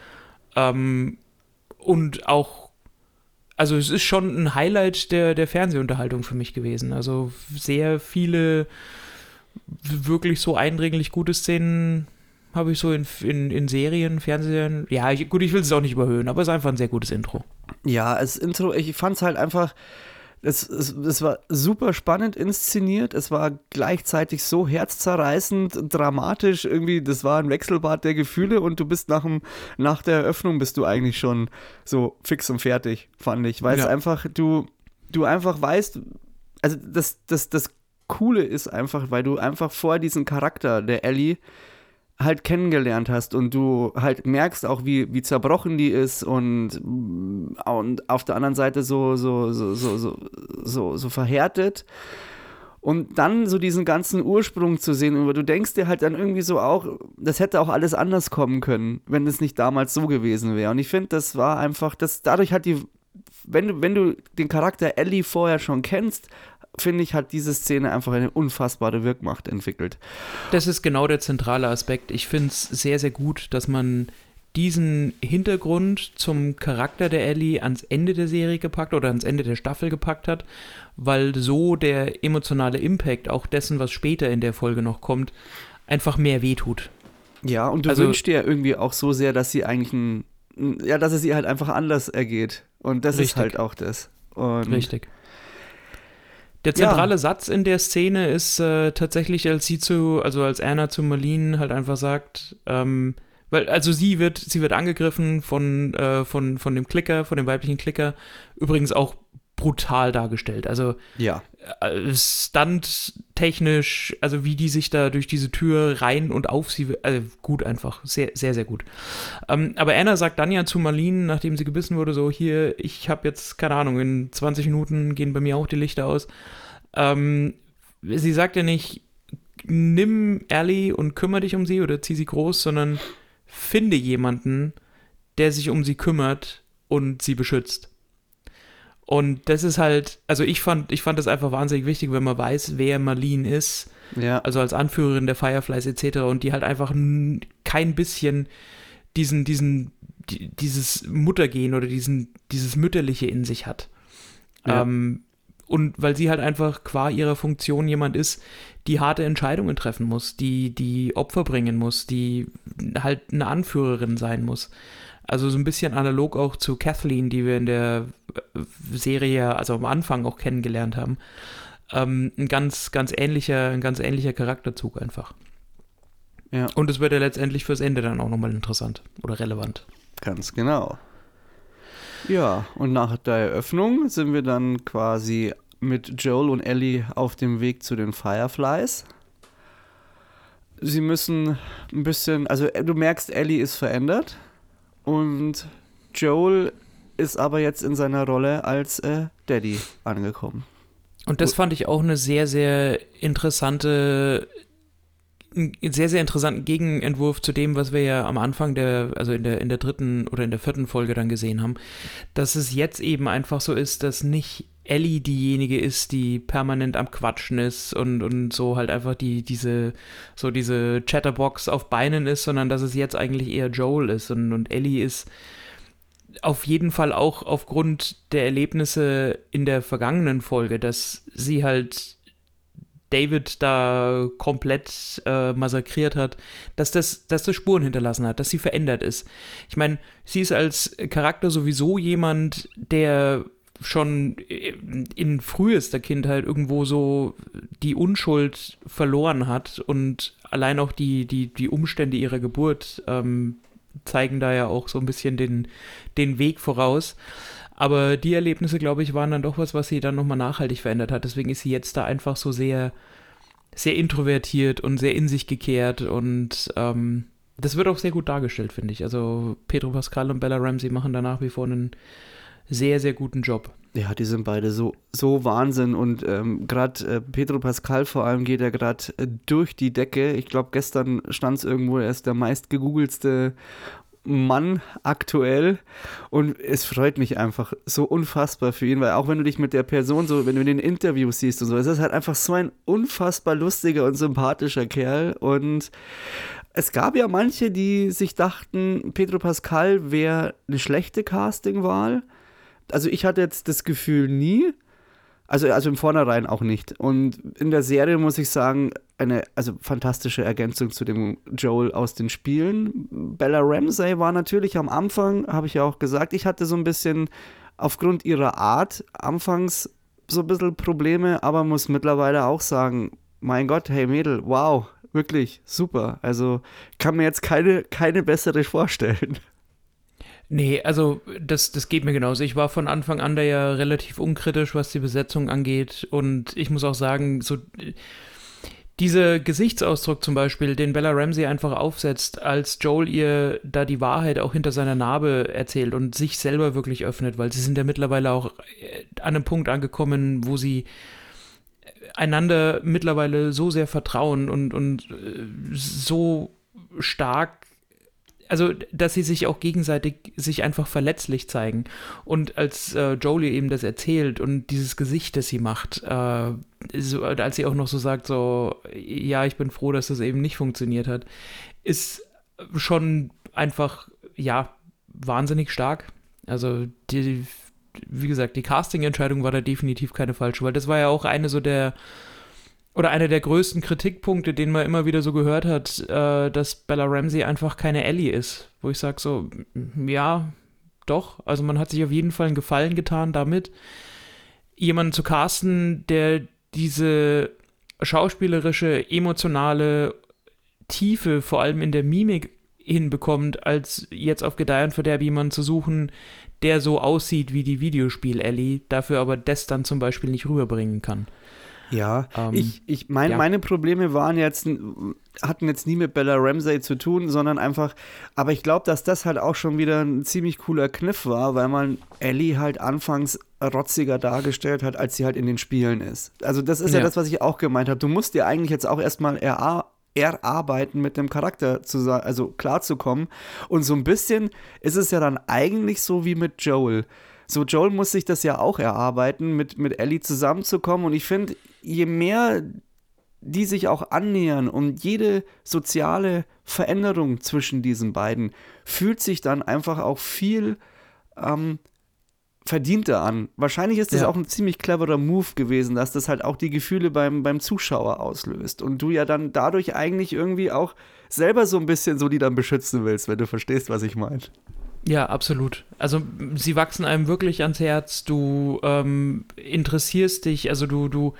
Und auch, also es ist schon ein Highlight der Fernsehunterhaltung für mich gewesen. Also sehr viele wirklich so eindringlich gute Szenen habe ich so in Serien, Fernsehen. Ja, ich will es auch nicht überhöhen, aber es ist einfach ein sehr gutes Intro. Ja, das Intro, ich fand es halt einfach, es war super spannend inszeniert, es war gleichzeitig so herzzerreißend, dramatisch, irgendwie, das war ein Wechselbad der Gefühle und du bist nach der Eröffnung bist du eigentlich schon so fix und fertig, fand ich, weil es einfach, du einfach weißt, also das Coole ist einfach, weil du einfach vor diesen Charakter der Ellie halt kennengelernt hast und du halt merkst auch, wie zerbrochen die ist und auf der anderen Seite so verhärtet. Und dann so diesen ganzen Ursprung zu sehen, und du denkst dir halt dann irgendwie so auch, das hätte auch alles anders kommen können, wenn es nicht damals so gewesen wäre. Und ich finde, das war einfach, dadurch hat wenn du den Charakter Ellie vorher schon kennst, finde ich, hat diese Szene einfach eine unfassbare Wirkmacht entwickelt. Das ist genau der zentrale Aspekt. Ich finde es sehr, sehr gut, dass man diesen Hintergrund zum Charakter der Ellie ans Ende der Serie gepackt oder ans Ende der Staffel gepackt hat, weil so der emotionale Impact auch dessen, was später in der Folge noch kommt, einfach mehr wehtut. Ja, und du wünschst dir irgendwie auch so sehr, dass sie eigentlich dass es ihr halt einfach anders ergeht. Und das ist halt auch das. Und richtig. Der zentrale Satz in der Szene ist tatsächlich, als Anna zu Marlene halt einfach sagt, sie wird angegriffen von dem Clicker, von dem weiblichen Clicker, übrigens auch brutal dargestellt. Also Stunt-technisch, also wie die sich da durch diese Tür rein und auf sie, gut einfach, sehr, sehr, sehr gut. Aber Anna sagt dann ja zu Marlene, nachdem sie gebissen wurde, so, hier, ich habe jetzt, keine Ahnung, in 20 Minuten gehen bei mir auch die Lichter aus. Sie sagt ja nicht, nimm Ellie und kümmere dich um sie oder zieh sie groß, sondern finde jemanden, der sich um sie kümmert und sie beschützt. Und das ist halt, also ich fand das einfach wahnsinnig wichtig, wenn man weiß, wer Marlene ist, also als Anführerin der Fireflies etc. und die halt einfach kein bisschen dieses Muttergehen oder dieses Mütterliche in sich hat. Ja. Und weil sie halt einfach qua ihrer Funktion jemand ist, die harte Entscheidungen treffen muss, die Opfer bringen muss, die halt eine Anführerin sein muss. Also so ein bisschen analog auch zu Kathleen, die wir in der Serie, also am Anfang auch kennengelernt haben. Ein ganz ähnlicher Charakterzug einfach. Ja. Und es wird ja letztendlich fürs Ende dann auch nochmal interessant oder relevant. Ganz genau. Ja, und nach der Eröffnung sind wir dann quasi mit Joel und Ellie auf dem Weg zu den Fireflies. Sie müssen ein bisschen, also du merkst, Ellie ist verändert und Joel ist aber jetzt in seiner Rolle als Daddy angekommen. Und das fand ich auch eine sehr, sehr interessanten Gegenentwurf zu dem, was wir ja am Anfang in der dritten oder in der vierten Folge dann gesehen haben, dass es jetzt eben einfach so ist, dass nicht Ellie diejenige ist, die permanent am Quatschen ist und so halt einfach diese Chatterbox auf Beinen ist, sondern dass es jetzt eigentlich eher Joel ist und Ellie ist auf jeden Fall auch aufgrund der Erlebnisse in der vergangenen Folge, dass sie halt David da komplett massakriert hat, dass das Spuren hinterlassen hat, dass sie verändert ist. Ich meine, sie ist als Charakter sowieso jemand, der schon in frühester Kindheit irgendwo so die Unschuld verloren hat und allein auch die Umstände ihrer Geburt zeigen da ja auch so ein bisschen den Weg voraus. Aber die Erlebnisse, glaube ich, waren dann doch was sie dann nochmal nachhaltig verändert hat. Deswegen ist sie jetzt da einfach so sehr, sehr introvertiert und sehr in sich gekehrt. Und das wird auch sehr gut dargestellt, finde ich. Also Pedro Pascal und Bella Ramsey machen da nach wie vor einen sehr, sehr guten Job. Ja, die sind beide so Wahnsinn. Und gerade Pedro Pascal vor allem geht er gerade durch die Decke. Ich glaube, gestern stand es irgendwo, er ist der meist gegoogelste Mann aktuell und es freut mich einfach so unfassbar für ihn, weil auch wenn du dich mit der Person so, wenn du den Interview siehst und so, es ist halt einfach so ein unfassbar lustiger und sympathischer Kerl und es gab ja manche, die sich dachten, Pedro Pascal wäre eine schlechte Castingwahl. Also ich hatte jetzt das Gefühl nie, also im Vornherein auch nicht. Und in der Serie muss ich sagen, eine fantastische Ergänzung zu dem Joel aus den Spielen. Bella Ramsey war natürlich am Anfang, habe ich ja auch gesagt, ich hatte so ein bisschen aufgrund ihrer Art anfangs so ein bisschen Probleme, aber muss mittlerweile auch sagen, mein Gott, hey Mädel, wow, wirklich super. Also kann mir jetzt keine bessere vorstellen. Nee, also das geht mir genauso. Ich war von Anfang an da ja relativ unkritisch, was die Besetzung angeht. Und ich muss auch sagen, so dieser Gesichtsausdruck zum Beispiel, den Bella Ramsey einfach aufsetzt, als Joel ihr da die Wahrheit auch hinter seiner Narbe erzählt und sich selber wirklich öffnet, weil sie sind ja mittlerweile auch an einem Punkt angekommen, wo sie einander mittlerweile so sehr vertrauen und so stark, also dass sie sich auch gegenseitig sich einfach verletzlich zeigen. Und als Jolie eben das erzählt und dieses Gesicht, das sie macht, so, als sie auch noch so sagt, so, ja, ich bin froh, dass das eben nicht funktioniert hat, ist schon einfach, ja, wahnsinnig stark. Also wie gesagt, die Casting-Entscheidung war da definitiv keine falsche, weil das war ja auch einer der größten Kritikpunkte, den man immer wieder so gehört hat, dass Bella Ramsey einfach keine Ellie ist. Wo ich sage so, ja, doch. Also man hat sich auf jeden Fall einen Gefallen getan damit, jemanden zu casten, der diese schauspielerische, emotionale Tiefe, vor allem in der Mimik, hinbekommt, als jetzt auf Gedeih und Verderb jemanden zu suchen, der so aussieht wie die Videospiel-Ellie, dafür aber das dann zum Beispiel nicht rüberbringen kann. Ja, meine Probleme hatten jetzt nie mit Bella Ramsey zu tun, sondern einfach, aber ich glaube, dass das halt auch schon wieder ein ziemlich cooler Kniff war, weil man Ellie halt anfangs rotziger dargestellt hat, als sie halt in den Spielen ist. Also das ist ja das, was ich auch gemeint habe. Du musst dir eigentlich jetzt auch erstmal erarbeiten, mit dem Charakter also klarzukommen. Und so ein bisschen ist es ja dann eigentlich so wie mit Joel. So, Joel muss sich das ja auch erarbeiten, mit Ellie zusammenzukommen. Und ich finde, je mehr die sich auch annähern und jede soziale Veränderung zwischen diesen beiden fühlt sich dann einfach auch viel verdienter an. Wahrscheinlich ist das auch ein ziemlich cleverer Move gewesen, dass das halt auch die Gefühle beim Zuschauer auslöst. Und du ja dann dadurch eigentlich irgendwie auch selber so ein bisschen so die dann beschützen willst, wenn du verstehst, was ich meine. Ja, absolut. Also sie wachsen einem wirklich ans Herz, du interessierst dich, also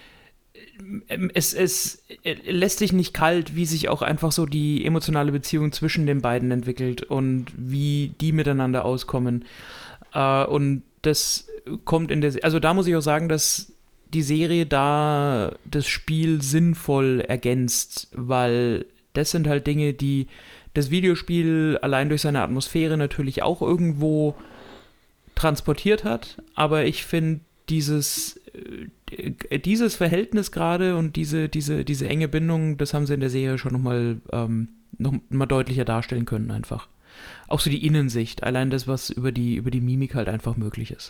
es lässt dich nicht kalt, wie sich auch einfach so die emotionale Beziehung zwischen den beiden entwickelt und wie die miteinander auskommen. Und das kommt also da muss ich auch sagen, dass die Serie da das Spiel sinnvoll ergänzt, weil das sind halt Dinge, die das Videospiel allein durch seine Atmosphäre natürlich auch irgendwo transportiert hat, aber ich finde dieses Verhältnis gerade und diese enge Bindung, das haben sie in der Serie schon noch mal deutlicher darstellen können einfach. Auch so die Innensicht, allein das, was über die Mimik halt einfach möglich ist.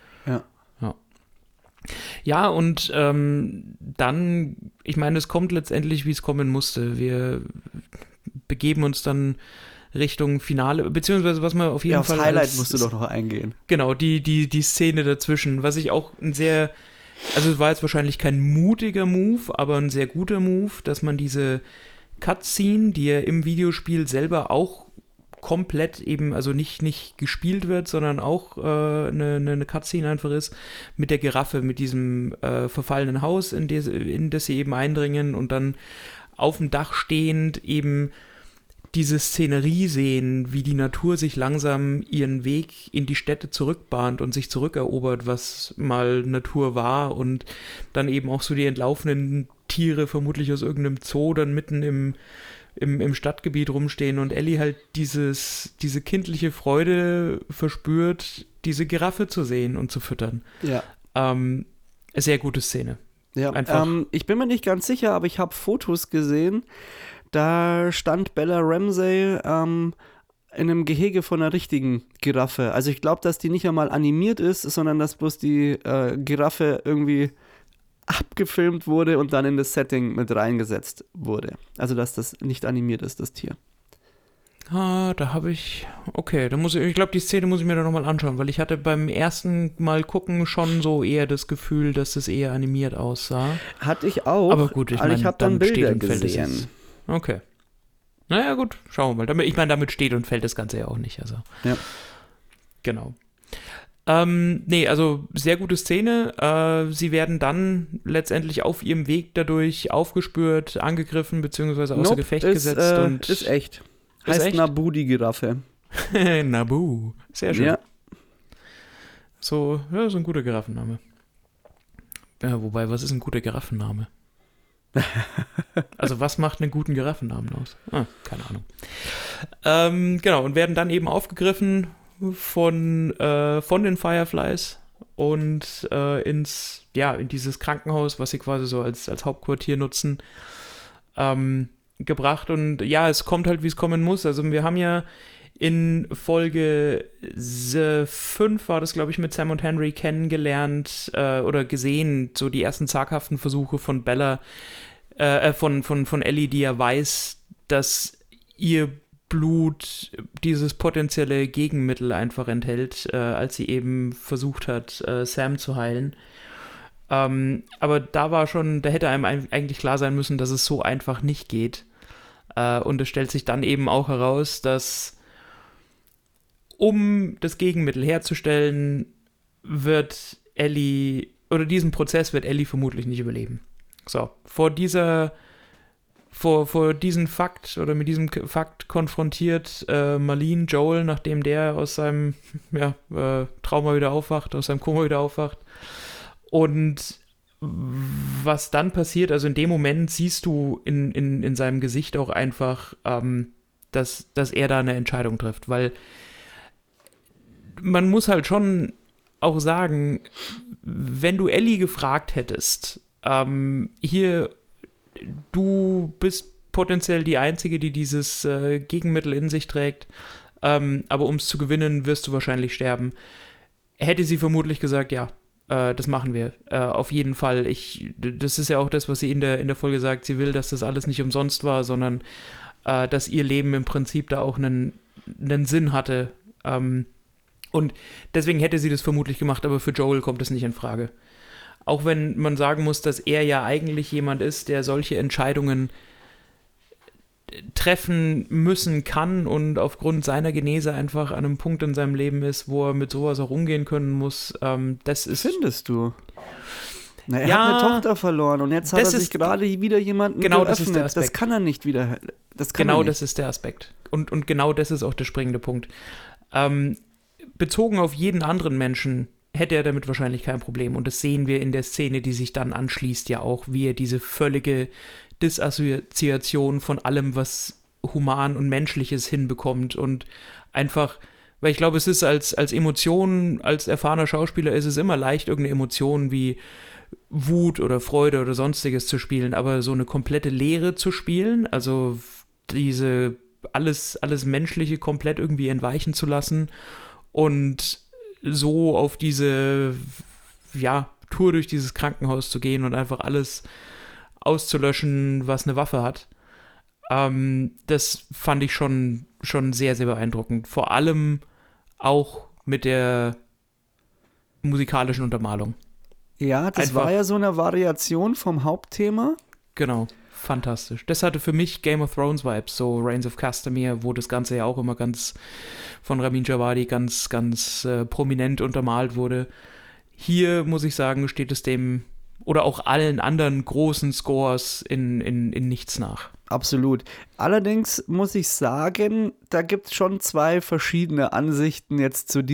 Ja, und dann, ich meine, es kommt letztendlich, wie es kommen musste. Wir begeben uns dann Richtung Finale, beziehungsweise was man auf jeden Fall... aufs Highlight musst du doch noch eingehen. Genau, die Szene dazwischen, was ich auch also es war jetzt wahrscheinlich kein mutiger Move, aber ein sehr guter Move, dass man diese Cutscene, die ja im Videospiel selber auch komplett eben, also nicht gespielt wird, sondern auch eine Cutscene einfach ist, mit der Giraffe, mit diesem verfallenen Haus, in das sie eben eindringen und dann auf dem Dach stehend eben diese Szenerie sehen, wie die Natur sich langsam ihren Weg in die Städte zurückbahnt und sich zurückerobert, was mal Natur war, und dann eben auch so die entlaufenen Tiere, vermutlich aus irgendeinem Zoo, dann mitten im Stadtgebiet rumstehen und Ellie halt diese kindliche Freude verspürt, diese Giraffe zu sehen und zu füttern. Ja. Sehr gute Szene. Ja, einfach. Ich bin mir nicht ganz sicher, aber ich habe Fotos gesehen, da stand Bella Ramsey in einem Gehege von einer richtigen Giraffe. Also ich glaube, dass die nicht einmal animiert ist, sondern dass bloß die Giraffe irgendwie abgefilmt wurde und dann in das Setting mit reingesetzt wurde. Also dass das nicht animiert ist, das Tier. Da habe ich, okay, ich glaube, die Szene muss ich mir dann nochmal anschauen, weil ich hatte beim ersten Mal gucken schon so eher das Gefühl, dass es eher animiert aussah. Hatte ich auch, aber gut, ich habe dann Bilder gesehen. Okay. Naja, gut, schauen wir mal. Damit steht und fällt das Ganze ja auch nicht. Also. Ja. Genau. Also sehr gute Szene. Sie werden dann letztendlich auf ihrem Weg dadurch aufgespürt, angegriffen, beziehungsweise außer Gefecht gesetzt. Und ist echt. Heißt echt? Naboo, die Giraffe. Naboo. Sehr schön. Ja. So ein guter Giraffenname. Ja, wobei, was ist ein guter Giraffenname? Also was macht einen guten Giraffennamen aus? Keine Ahnung. Genau, und werden dann eben aufgegriffen von den Fireflies und in dieses Krankenhaus, was sie quasi so als Hauptquartier nutzen, gebracht. Und ja, es kommt halt, wie es kommen muss. Also wir haben ja in Folge 5 war das, glaube ich, mit Sam und Henry kennengelernt oder gesehen, so die ersten zaghaften Versuche von Bella, von Ellie, die ja weiß, dass ihr Blut dieses potenzielle Gegenmittel einfach enthält, als sie eben versucht hat, Sam zu heilen. Aber da hätte einem eigentlich klar sein müssen, dass es so einfach nicht geht. Und es stellt sich dann eben auch heraus, dass um das Gegenmittel herzustellen, wird Ellie, oder diesen Prozess wird Ellie vermutlich nicht überleben. So, vor diesem Fakt oder mit diesem Fakt konfrontiert Marlene Joel, nachdem der aus seinem Trauma wieder aufwacht, aus seinem Koma wieder aufwacht. Und was dann passiert, also in dem Moment siehst du in seinem Gesicht auch einfach, dass er da eine Entscheidung trifft, weil man muss halt schon auch sagen, wenn du Ellie gefragt hättest, hier, du bist potenziell die Einzige, die dieses Gegenmittel in sich trägt, aber um es zu gewinnen, wirst du wahrscheinlich sterben, hätte sie vermutlich gesagt, ja, das machen wir, auf jeden Fall. Das ist ja auch das, was sie in der Folge sagt, sie will, dass das alles nicht umsonst war, sondern dass ihr Leben im Prinzip da auch einen Sinn hatte, und deswegen hätte sie das vermutlich gemacht, aber für Joel kommt es nicht in Frage. Auch wenn man sagen muss, dass er ja eigentlich jemand ist, der solche Entscheidungen treffen müssen kann und aufgrund seiner Genese einfach an einem Punkt in seinem Leben ist, wo er mit sowas auch umgehen können muss. Das ist. Findest du? Na, er hat eine Tochter verloren und jetzt hat er sich gerade wieder jemanden geöffnet. Das ist der Aspekt. Das kann er nicht wieder. Das ist der Aspekt. Und genau das ist auch der springende Punkt. Bezogen auf jeden anderen Menschen hätte er damit wahrscheinlich kein Problem. Und das sehen wir in der Szene, die sich dann anschließt, ja auch, wie er diese völlige Disassoziation von allem, was human und menschliches hinbekommt. Und einfach, weil ich glaube, es ist als Emotion, als erfahrener Schauspieler ist es immer leicht, irgendeine Emotion wie Wut oder Freude oder sonstiges zu spielen, aber so eine komplette Leere zu spielen, also diese alles Menschliche komplett irgendwie entweichen zu lassen und so auf diese Tour durch dieses Krankenhaus zu gehen und einfach alles auszulöschen, was eine Waffe hat. Das fand ich schon sehr, sehr beeindruckend. Vor allem auch mit der musikalischen Untermalung. Ja, das war ja so eine Variation vom Hauptthema. Genau. Fantastisch. Das hatte für mich Game of Thrones Vibes, so Reigns of Castamere, wo das Ganze ja auch immer ganz von Ramin Djawadi ganz prominent untermalt wurde. Hier, muss ich sagen, steht es dem oder auch allen anderen großen Scores in nichts nach. Absolut. Allerdings muss ich sagen, da gibt es schon zwei verschiedene Ansichten jetzt zu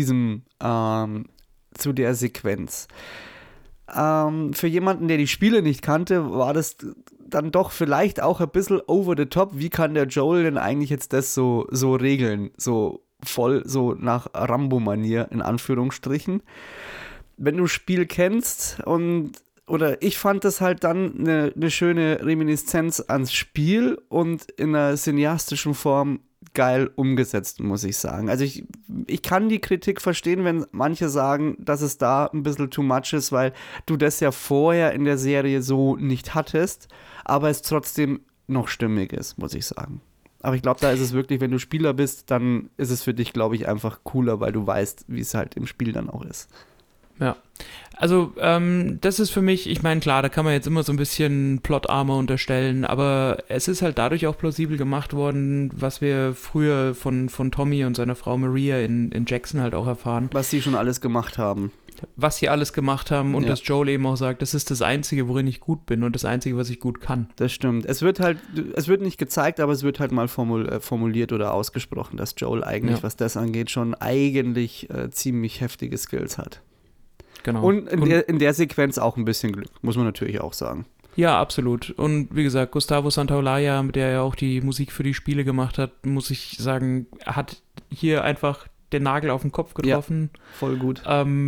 der Sequenz. Für jemanden, der die Spiele nicht kannte, war das dann doch vielleicht auch ein bisschen over the top. Wie kann der Joel denn eigentlich jetzt das so regeln? So voll, so nach Rambo-Manier, in Anführungsstrichen. Wenn du das Spiel kennst oder ich fand das halt dann eine schöne Reminiszenz ans Spiel und in einer cineastischen Form geil umgesetzt, muss ich sagen. Also ich kann die Kritik verstehen, wenn manche sagen, dass es da ein bisschen too much ist, weil du das ja vorher in der Serie so nicht hattest, aber es trotzdem noch stimmig ist, muss ich sagen. Aber ich glaube, da ist es wirklich, wenn du Spieler bist, dann ist es für dich, glaube ich, einfach cooler, weil du weißt, wie es halt im Spiel dann auch ist. Ja, also das ist für mich, ich meine, klar, da kann man jetzt immer so ein bisschen Plot-Armor unterstellen, aber es ist halt dadurch auch plausibel gemacht worden, was wir früher von Tommy und seiner Frau Maria in Jackson halt auch erfahren. Was sie schon alles gemacht haben. Was sie alles gemacht haben und Ja. dass Joel eben auch sagt, das ist das Einzige, worin ich gut bin und das Einzige, was ich gut kann. Das stimmt. Es wird nicht gezeigt, aber es wird halt mal formuliert oder ausgesprochen, dass Joel eigentlich, was das angeht, schon eigentlich ziemlich heftige Skills hat. Genau. Und in der Sequenz auch ein bisschen Glück, muss man natürlich auch sagen. Ja, absolut. Und wie gesagt, Gustavo Santaolalla, der ja auch die Musik für die Spiele gemacht hat, muss ich sagen, hat hier einfach den Nagel auf den Kopf getroffen. Ja, voll gut.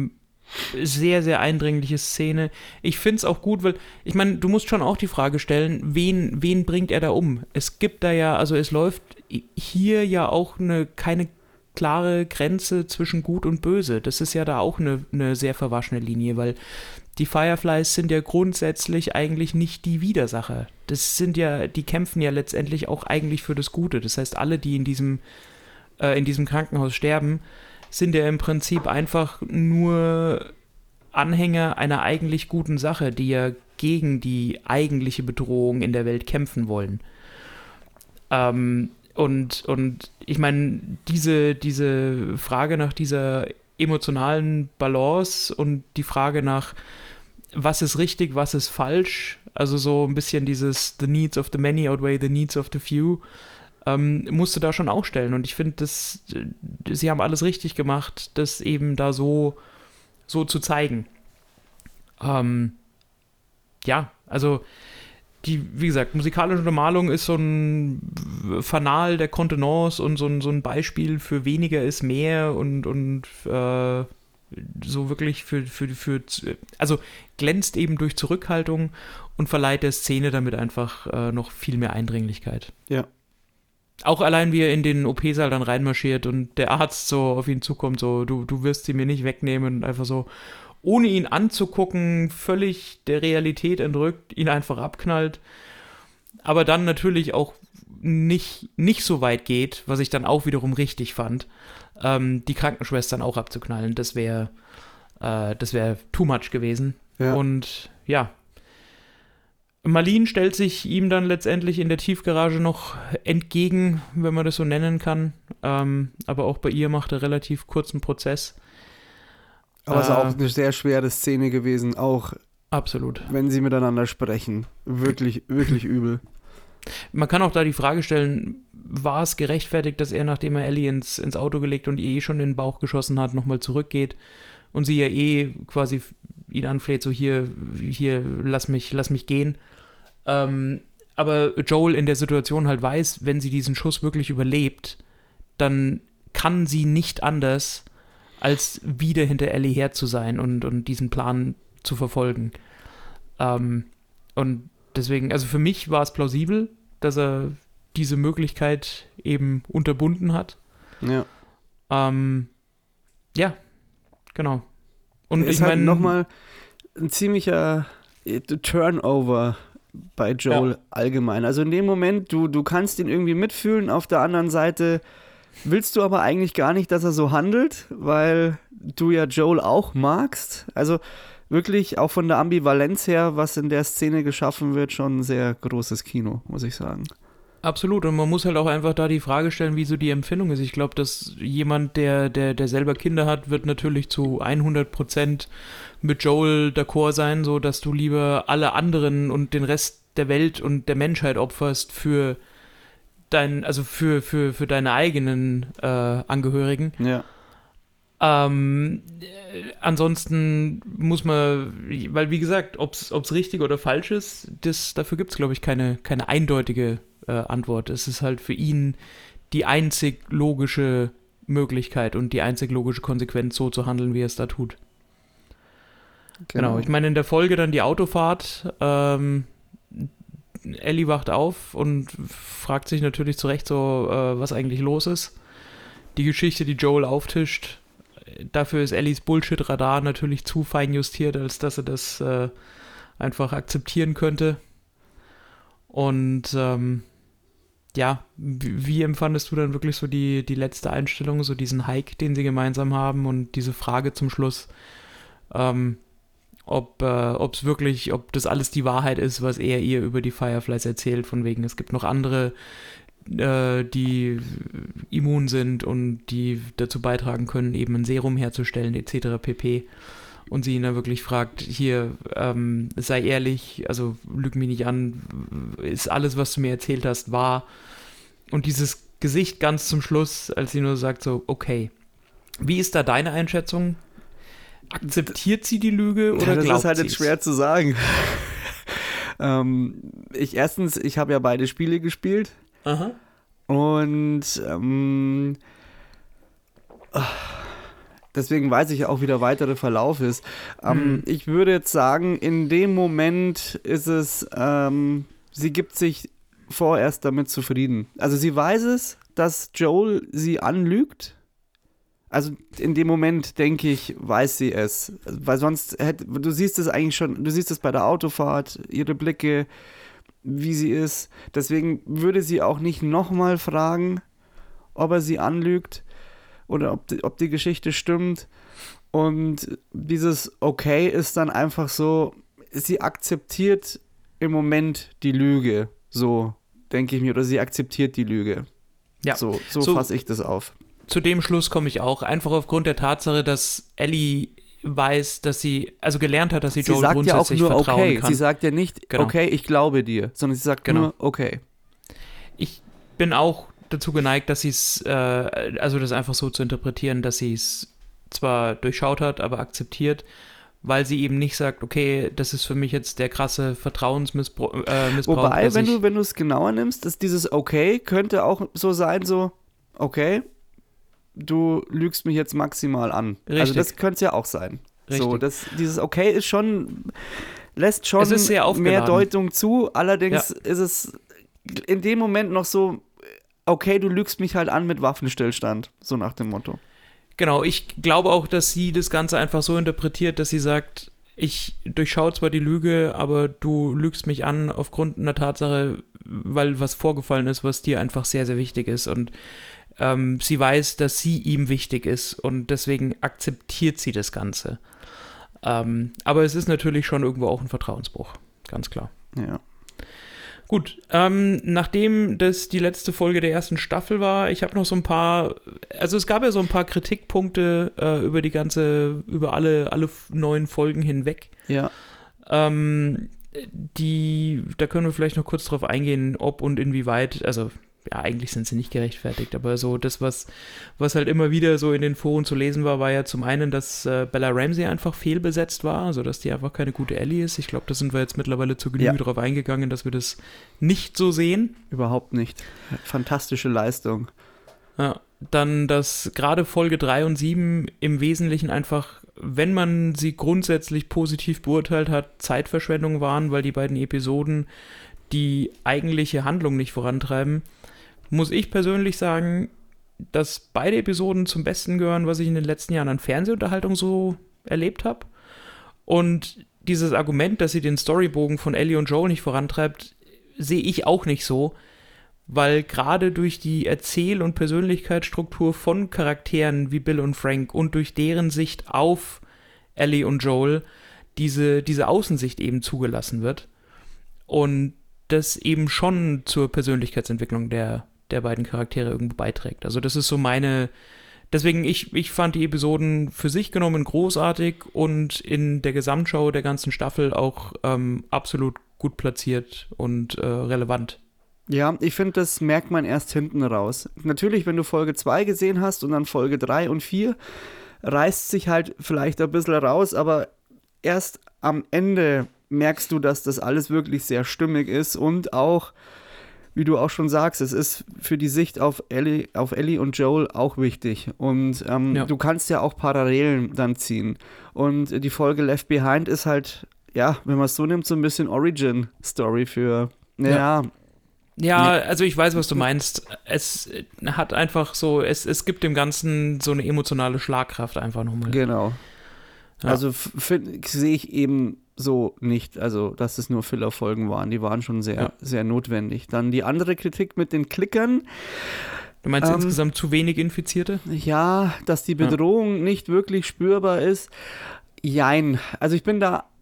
sehr, sehr eindringliche Szene. Ich finde es auch gut, weil, ich meine, du musst schon auch die Frage stellen, wen bringt er da um? Es gibt da ja, also es läuft hier ja auch keine klare Grenze zwischen Gut und Böse. Das ist ja da auch eine sehr verwaschene Linie, weil die Fireflies sind ja grundsätzlich eigentlich nicht die Widersacher. Die kämpfen ja letztendlich auch eigentlich für das Gute. Das heißt, alle, die in diesem Krankenhaus sterben, sind ja im Prinzip einfach nur Anhänger einer eigentlich guten Sache, die ja gegen die eigentliche Bedrohung in der Welt kämpfen wollen. Und ich meine, diese Frage nach dieser emotionalen Balance und die Frage nach, was ist richtig, was ist falsch, also so ein bisschen dieses the needs of the many outweigh the needs of the few, musst du da schon auch stellen. Und ich finde, sie haben alles richtig gemacht, das eben da so zu zeigen. Ja, also wie gesagt, musikalische Untermalung ist so ein Fanal der Kontenance und so ein Beispiel für weniger ist mehr und so wirklich also glänzt eben durch Zurückhaltung und verleiht der Szene damit einfach noch viel mehr Eindringlichkeit. Ja. Auch allein, wie er in den OP-Saal dann reinmarschiert und der Arzt so auf ihn zukommt, so, du wirst sie mir nicht wegnehmen und einfach so, ohne ihn anzugucken, völlig der Realität entrückt, ihn einfach abknallt, aber dann natürlich auch nicht so weit geht, was ich dann auch wiederum richtig fand, die Krankenschwestern auch abzuknallen. Das wäre too much gewesen. Ja. Und ja, Marlene stellt sich ihm dann letztendlich in der Tiefgarage noch entgegen, wenn man das so nennen kann. Aber auch bei ihr macht er relativ kurzen Prozess. Aber es ist auch eine sehr schwere Szene gewesen, auch absolut. Wenn sie miteinander sprechen. Wirklich, wirklich übel. Man kann auch da die Frage stellen, war es gerechtfertigt, dass er, nachdem er Ellie ins Auto gelegt und ihr schon in den Bauch geschossen hat, nochmal zurückgeht und sie ja quasi ihn anfleht, so hier, lass mich gehen. Aber Joel in der Situation halt weiß, wenn sie diesen Schuss wirklich überlebt, dann kann sie nicht anders, als wieder hinter Ellie her zu sein und diesen Plan zu verfolgen. Und deswegen, also für mich war es plausibel, dass er diese Möglichkeit eben unterbunden hat. Ja. Ja, genau. Und ist ich meine, halt nochmal ein ziemlicher Turnover bei Joel allgemein. Also in dem Moment, du kannst ihn irgendwie mitfühlen, auf der anderen Seite willst du aber eigentlich gar nicht, dass er so handelt, weil du ja Joel auch magst. Also wirklich auch von der Ambivalenz her, was in der Szene geschaffen wird, schon ein sehr großes Kino, muss ich sagen. Absolut, und man muss halt auch einfach da die Frage stellen, wie so die Empfindung ist. Ich glaube, dass jemand, der selber Kinder hat, wird natürlich zu 100% mit Joel d'accord sein, so dass du lieber alle anderen und den Rest der Welt und der Menschheit opferst für deine eigenen Angehörigen. Ja. Ansonsten muss man, weil wie gesagt, ob's richtig oder falsch ist, dafür gibt es, glaube ich, keine eindeutige Antwort. Es ist halt für ihn die einzig logische Möglichkeit und die einzig logische Konsequenz, so zu handeln, wie er es da tut. Genau. Ich meine, in der Folge dann die Autofahrt, Ellie wacht auf und fragt sich natürlich zu Recht so, was eigentlich los ist. Die Geschichte, die Joel auftischt, dafür ist Ellies Bullshit-Radar natürlich zu fein justiert, als dass er das einfach akzeptieren könnte. Und ja, wie empfandest du dann wirklich so die letzte Einstellung, so diesen Hike, den sie gemeinsam haben und diese Frage zum Schluss, ob das alles die Wahrheit ist, was er ihr über die Fireflies erzählt, von wegen, es gibt noch andere, die immun sind und die dazu beitragen können, eben ein Serum herzustellen, etc. pp. Und sie ihn dann wirklich fragt, hier, sei ehrlich, also lüg mich nicht an, ist alles, was du mir erzählt hast, wahr? Und dieses Gesicht ganz zum Schluss, als sie nur sagt so, okay. Wie ist da deine Einschätzung? Akzeptiert sie die Lüge oder glaubt sie? Das ist halt jetzt schwer zu sagen. Ich habe ja beide Spiele gespielt. Aha. Und deswegen weiß ich auch, wie der weitere Verlauf ist. Ich würde jetzt sagen, in dem Moment ist es, sie gibt sich vorerst damit zufrieden. Also sie weiß es, dass Joel sie anlügt. Also in dem Moment, denke ich, weiß sie es. Weil sonst du siehst es eigentlich schon, du siehst es bei der Autofahrt, ihre Blicke, wie sie ist. Deswegen würde sie auch nicht nochmal fragen, ob er sie anlügt oder ob die Geschichte stimmt. Und dieses Okay ist dann einfach so, sie akzeptiert im Moment die Lüge. So denke ich mir, oder sie akzeptiert die Lüge. Ja. So fasse ich das auf. Zu dem Schluss komme ich auch, einfach aufgrund der Tatsache, dass Ellie weiß, dass sie, also gelernt hat, dass sie Joel grundsätzlich ja auch nur vertrauen okay. kann. Sie sagt ja nicht, okay, ich glaube dir, sondern sie sagt nur, okay. Ich bin auch dazu geneigt, dass sie es, also das einfach so zu interpretieren, dass sie es zwar durchschaut hat, aber akzeptiert, weil sie eben nicht sagt, okay, das ist für mich jetzt der krasse Vertrauensmissbrauch. Wobei, wenn du es genauer nimmst, ist dieses okay, könnte auch so sein, so, okay, du lügst mich jetzt maximal an. Richtig. Also das könnte es ja auch sein. Richtig. So, dieses okay ist schon, lässt schon mehr Deutung zu, allerdings ist es in dem Moment noch so, okay, du lügst mich halt an mit Waffenstillstand, so nach dem Motto. Genau, ich glaube auch, dass sie das Ganze einfach so interpretiert, dass sie sagt, ich durchschaue zwar die Lüge, aber du lügst mich an aufgrund einer Tatsache, weil was vorgefallen ist, was dir einfach sehr, sehr wichtig ist. Und sie weiß, dass sie ihm wichtig ist und deswegen akzeptiert sie das Ganze. Aber es ist natürlich schon irgendwo auch ein Vertrauensbruch, ganz klar. Ja. Gut, nachdem das die letzte Folge der ersten Staffel war, ich habe noch so ein paar, also es gab ja so ein paar Kritikpunkte über alle 9 Folgen hinweg. Ja. Da können wir vielleicht noch kurz drauf eingehen, ob und inwieweit, also ja, eigentlich sind sie nicht gerechtfertigt, aber so das, was halt immer wieder so in den Foren zu lesen war ja zum einen, dass Bella Ramsey einfach fehlbesetzt war, also dass die einfach keine gute Ellie ist. Ich glaube, da sind wir jetzt mittlerweile zu Genüge drauf eingegangen, dass wir das nicht so sehen. Überhaupt nicht. Fantastische Leistung. Ja, dann, dass gerade Folge 3 und 7 im Wesentlichen einfach, wenn man sie grundsätzlich positiv beurteilt hat, Zeitverschwendung waren, weil die beiden Episoden die eigentliche Handlung nicht vorantreiben, muss ich persönlich sagen, dass beide Episoden zum Besten gehören, was ich in den letzten Jahren an Fernsehunterhaltung so erlebt habe. Und dieses Argument, dass sie den Storybogen von Ellie und Joel nicht vorantreibt, sehe ich auch nicht so, weil gerade durch die Erzähl- und Persönlichkeitsstruktur von Charakteren wie Bill und Frank und durch deren Sicht auf Ellie und Joel diese Außensicht eben zugelassen wird und das eben schon zur Persönlichkeitsentwicklung der beiden Charaktere irgendwo beiträgt. Also das ist so deswegen, ich fand die Episoden für sich genommen großartig und in der Gesamtschau der ganzen Staffel auch absolut gut platziert und relevant. Ja, ich finde, das merkt man erst hinten raus. Natürlich, wenn du Folge 2 gesehen hast und dann Folge 3 und 4, reißt sich halt vielleicht ein bisschen raus, aber erst am Ende merkst du, dass das alles wirklich sehr stimmig ist und auch, wie du auch schon sagst, es ist für die Sicht auf Ellie und Joel auch wichtig und du kannst ja auch Parallelen dann ziehen und die Folge Left Behind ist halt, ja, wenn man es so nimmt, so ein bisschen Origin-Story für, Ja, also ich weiß, was du meinst. Es hat einfach so, es gibt dem Ganzen so eine emotionale Schlagkraft einfach nochmal. Genau. Ja. Also sehe ich eben so nicht, also dass es nur Filler-Folgen waren. Die waren schon sehr, sehr notwendig. Dann die andere Kritik mit den Klickern. Du meinst insgesamt zu wenig Infizierte? Ja, dass die Bedrohung nicht wirklich spürbar ist. Jein. Also ich bin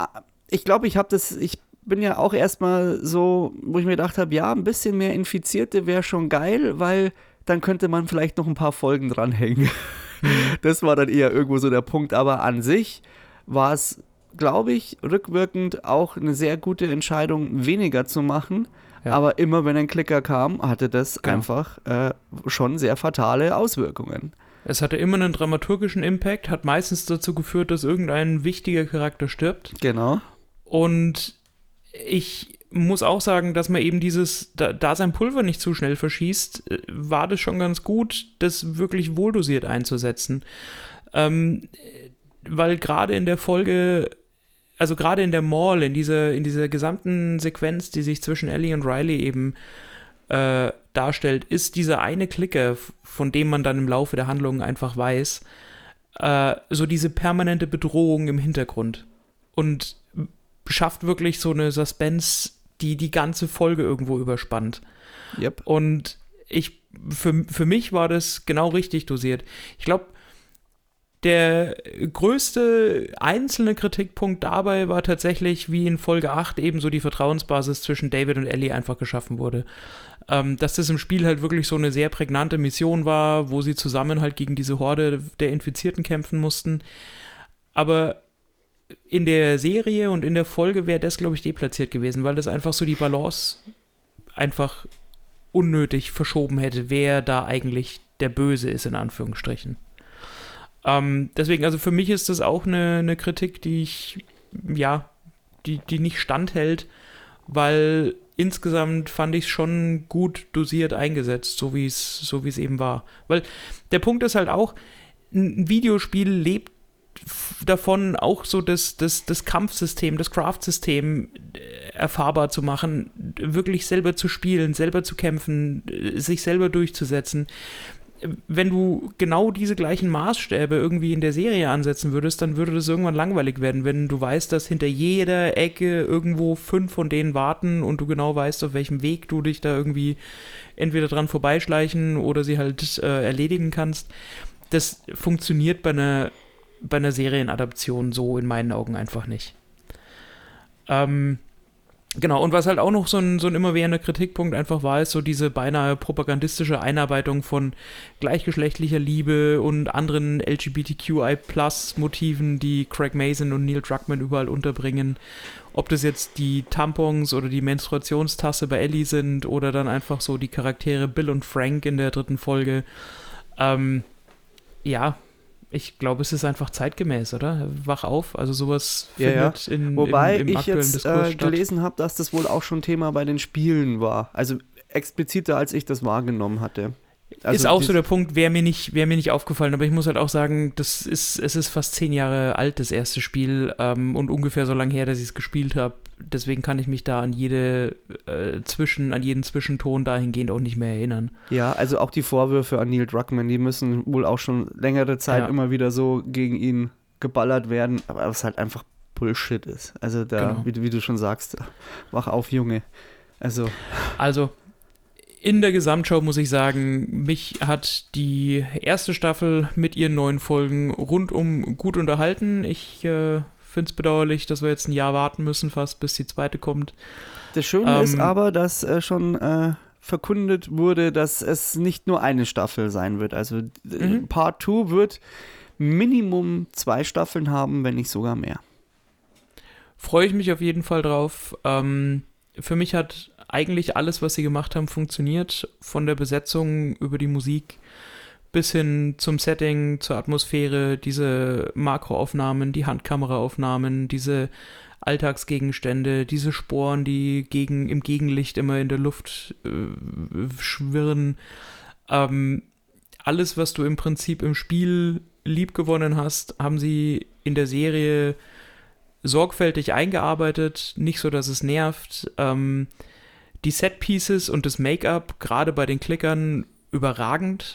ja auch erstmal so, wo ich mir gedacht habe, ja, ein bisschen mehr Infizierte wäre schon geil, weil dann könnte man vielleicht noch ein paar Folgen dranhängen. Das war dann eher irgendwo so der Punkt, aber an sich war es, glaube ich, rückwirkend auch eine sehr gute Entscheidung, weniger zu machen. Ja. Aber immer, wenn ein Klicker kam, hatte das einfach schon sehr fatale Auswirkungen. Es hatte immer einen dramaturgischen Impact, hat meistens dazu geführt, dass irgendein wichtiger Charakter stirbt. Genau. Und ich muss auch sagen, dass man eben da sein Pulver nicht zu schnell verschießt, war das schon ganz gut, das wirklich wohldosiert einzusetzen. Weil gerade in der Folge, also gerade in der Mall, in dieser gesamten Sequenz, die sich zwischen Ellie und Riley eben darstellt, ist dieser eine Clicker, von dem man dann im Laufe der Handlung einfach weiß, so diese permanente Bedrohung im Hintergrund und schafft wirklich so eine Suspense, die ganze Folge irgendwo überspannt. Yep. Und für mich war das genau richtig dosiert. Ich glaube, der größte einzelne Kritikpunkt dabei war tatsächlich, wie in Folge 8 eben so die Vertrauensbasis zwischen David und Ellie einfach geschaffen wurde. Dass das im Spiel halt wirklich so eine sehr prägnante Mission war, wo sie zusammen halt gegen diese Horde der Infizierten kämpfen mussten. Aber in der Serie und in der Folge wäre das, glaube ich, deplatziert gewesen, weil das einfach so die Balance einfach unnötig verschoben hätte, wer da eigentlich der Böse ist, in Anführungsstrichen. Deswegen, also für mich ist das auch eine Kritik, die nicht standhält, weil insgesamt fand ich es schon gut dosiert eingesetzt, so wie es eben war. Weil der Punkt ist halt auch, ein Videospiel lebt davon, auch so das Kampfsystem, das Craft-System erfahrbar zu machen, wirklich selber zu spielen, selber zu kämpfen, sich selber durchzusetzen. Wenn du genau diese gleichen Maßstäbe irgendwie in der Serie ansetzen würdest, dann würde das irgendwann langweilig werden, wenn du weißt, dass hinter jeder Ecke irgendwo 5 von denen warten und du genau weißt, auf welchem Weg du dich da irgendwie entweder dran vorbeischleichen oder sie halt erledigen kannst. Das funktioniert bei einer Serienadaption so in meinen Augen einfach nicht. Genau, und was halt auch noch so ein immerwährender Kritikpunkt einfach war, ist so diese beinahe propagandistische Einarbeitung von gleichgeschlechtlicher Liebe und anderen LGBTQI+-Motiven, die Craig Mazin und Neil Druckmann überall unterbringen. Ob das jetzt die Tampons oder die Menstruationstasse bei Ellie sind oder dann einfach so die Charaktere Bill und Frank in der 3. Folge. Ja, ich glaube, es ist einfach zeitgemäß, oder? Wach auf, also sowas findet Wobei im ich aktuellen jetzt Diskurs statt. gelesen habe, dass das wohl auch schon Thema bei den Spielen war. Also expliziter, als ich das wahrgenommen hatte. Also ist auch so der Punkt, wäre mir nicht aufgefallen, aber ich muss halt auch sagen, es ist fast 10 Jahre alt, das erste Spiel, und ungefähr so lange her, dass ich es gespielt habe. Deswegen kann ich mich da an jeden Zwischenton dahingehend auch nicht mehr erinnern. Ja, also auch die Vorwürfe an Neil Druckmann, die müssen wohl auch schon längere Zeit immer wieder so gegen ihn geballert werden, aber was halt einfach Bullshit ist. Also da, genau. wie du schon sagst, wach auf, Junge. Also in der Gesamtschau muss ich sagen, mich hat die erste Staffel mit ihren 9 Folgen rundum gut unterhalten. Ich finde es bedauerlich, dass wir jetzt ein Jahr warten müssen, fast bis die zweite kommt. Das Schöne ist aber, dass schon verkündet wurde, dass es nicht nur eine Staffel sein wird. Also Part 2 wird Minimum 2 Staffeln haben, wenn nicht sogar mehr. Freue ich mich auf jeden Fall drauf. Für mich hat eigentlich alles, was sie gemacht haben, funktioniert. Von der Besetzung über die Musik bis hin zum Setting, zur Atmosphäre, diese Makroaufnahmen, die Handkameraaufnahmen, diese Alltagsgegenstände, diese Sporen, die im Gegenlicht immer in der Luft schwirren. Alles, was du im Prinzip im Spiel liebgewonnen hast, haben sie in der Serie sorgfältig eingearbeitet, nicht so, dass es nervt. Die Setpieces und das Make-up, gerade bei den Klickern, überragend.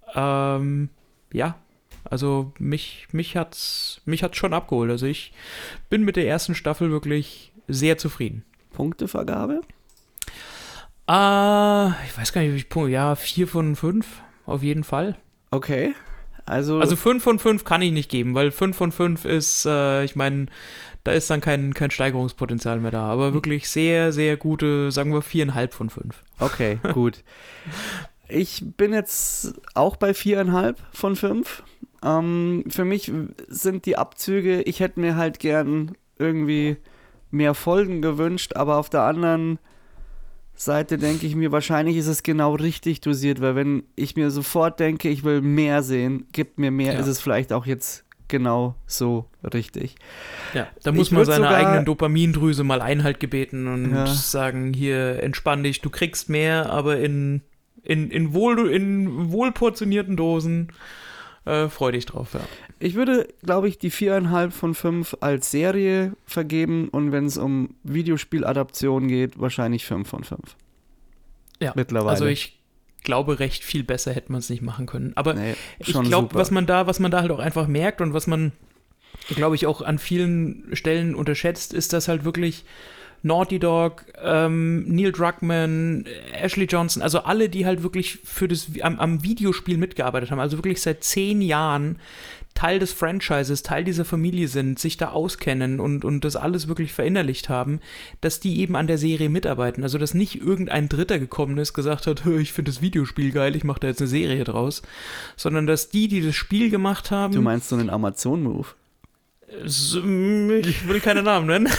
Ja, also mich hat's schon abgeholt. Also ich bin mit der ersten Staffel wirklich sehr zufrieden. Punktevergabe? Ich weiß gar nicht, wie ich Punkte. Ja, 4 von 5, auf jeden Fall. Okay. Also 5 von 5 kann ich nicht geben, weil 5 von 5 ist, ich meine, da ist dann kein Steigerungspotenzial mehr da. Aber wirklich sehr, sehr gute, sagen wir 4,5 von 5. Okay, gut. Ich bin jetzt auch bei 4,5 von 5. Für mich sind die Abzüge, ich hätte mir halt gern irgendwie mehr Folgen gewünscht, aber auf der anderen Seite denke ich mir, wahrscheinlich ist es genau richtig dosiert, weil wenn ich mir sofort denke, ich will mehr sehen, gibt mir mehr, ist es vielleicht auch jetzt genau so richtig. Ja, da muss man seiner eigenen Dopamindrüse mal Einhalt gebeten und sagen, hier, entspann dich, du kriegst mehr, aber in wohlportionierten Dosen. freu dich drauf, ja. Ich würde, glaube ich, die 4,5 von 5 als Serie vergeben und wenn es um Videospieladaption geht, wahrscheinlich 5 von 5. Ja, mittlerweile. Also ich glaube, recht viel besser hätte man es nicht machen können. Aber Nee, ich schon glaube, super. was man da halt auch einfach merkt und was man, glaube ich, auch an vielen Stellen unterschätzt, ist, dass halt wirklich Naughty Dog, Neil Druckmann, Ashley Johnson, also alle, die halt wirklich am Videospiel mitgearbeitet haben, also wirklich seit 10 Jahren Teil des Franchises, Teil dieser Familie sind, sich da auskennen und das alles wirklich verinnerlicht haben, dass die eben an der Serie mitarbeiten. Also, dass nicht irgendein Dritter gekommen ist, gesagt hat, ich finde das Videospiel geil, ich mache da jetzt eine Serie draus, sondern dass die das Spiel gemacht haben. Du meinst so einen Amazon-Move? Ich will keine Namen nennen.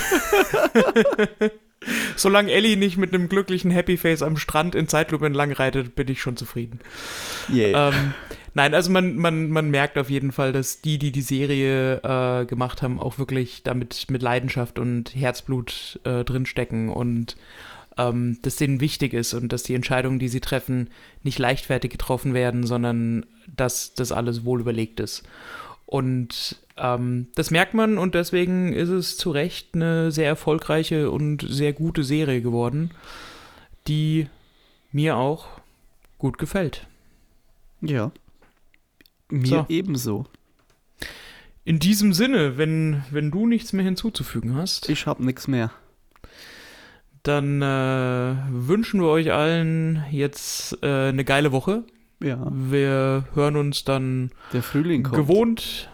Solange Ellie nicht mit einem glücklichen Happy Face am Strand in Zeitlupe entlang reitet, bin ich schon zufrieden. Yeah. Nein, also man merkt auf jeden Fall, dass die Serie gemacht haben, auch wirklich damit mit Leidenschaft und Herzblut drinstecken und dass denen wichtig ist und dass die Entscheidungen, die sie treffen, nicht leichtfertig getroffen werden, sondern dass das alles wohl überlegt ist. Und das merkt man und deswegen ist es zu Recht eine sehr erfolgreiche und sehr gute Serie geworden, die mir auch gut gefällt. Ja. Mir So. ebenso. In diesem Sinne, wenn du nichts mehr hinzuzufügen hast, Ich habe nichts mehr. dann wünschen wir euch allen jetzt eine geile Woche. Ja. Wir hören uns dann Der Frühling kommt. gewohnt.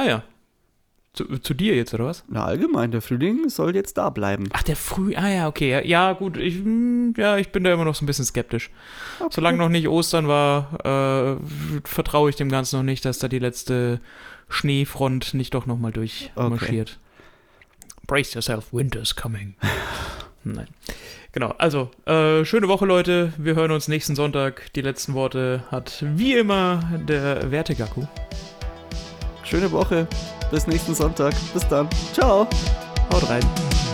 Zu dir jetzt, oder was? Na, allgemein, der Frühling soll jetzt da bleiben. Ach, okay. Ja, gut. Ich bin da immer noch so ein bisschen skeptisch. Okay. Solange noch nicht Ostern war, vertraue ich dem Ganzen noch nicht, dass da die letzte Schneefront nicht doch nochmal durchmarschiert. Brace yourself, winter's coming. Nein. Genau, also, schöne Woche, Leute. Wir hören uns nächsten Sonntag. Die letzten Worte hat wie immer der Wertegaku. Schöne Woche. Bis nächsten Sonntag. Bis dann. Ciao. Haut rein.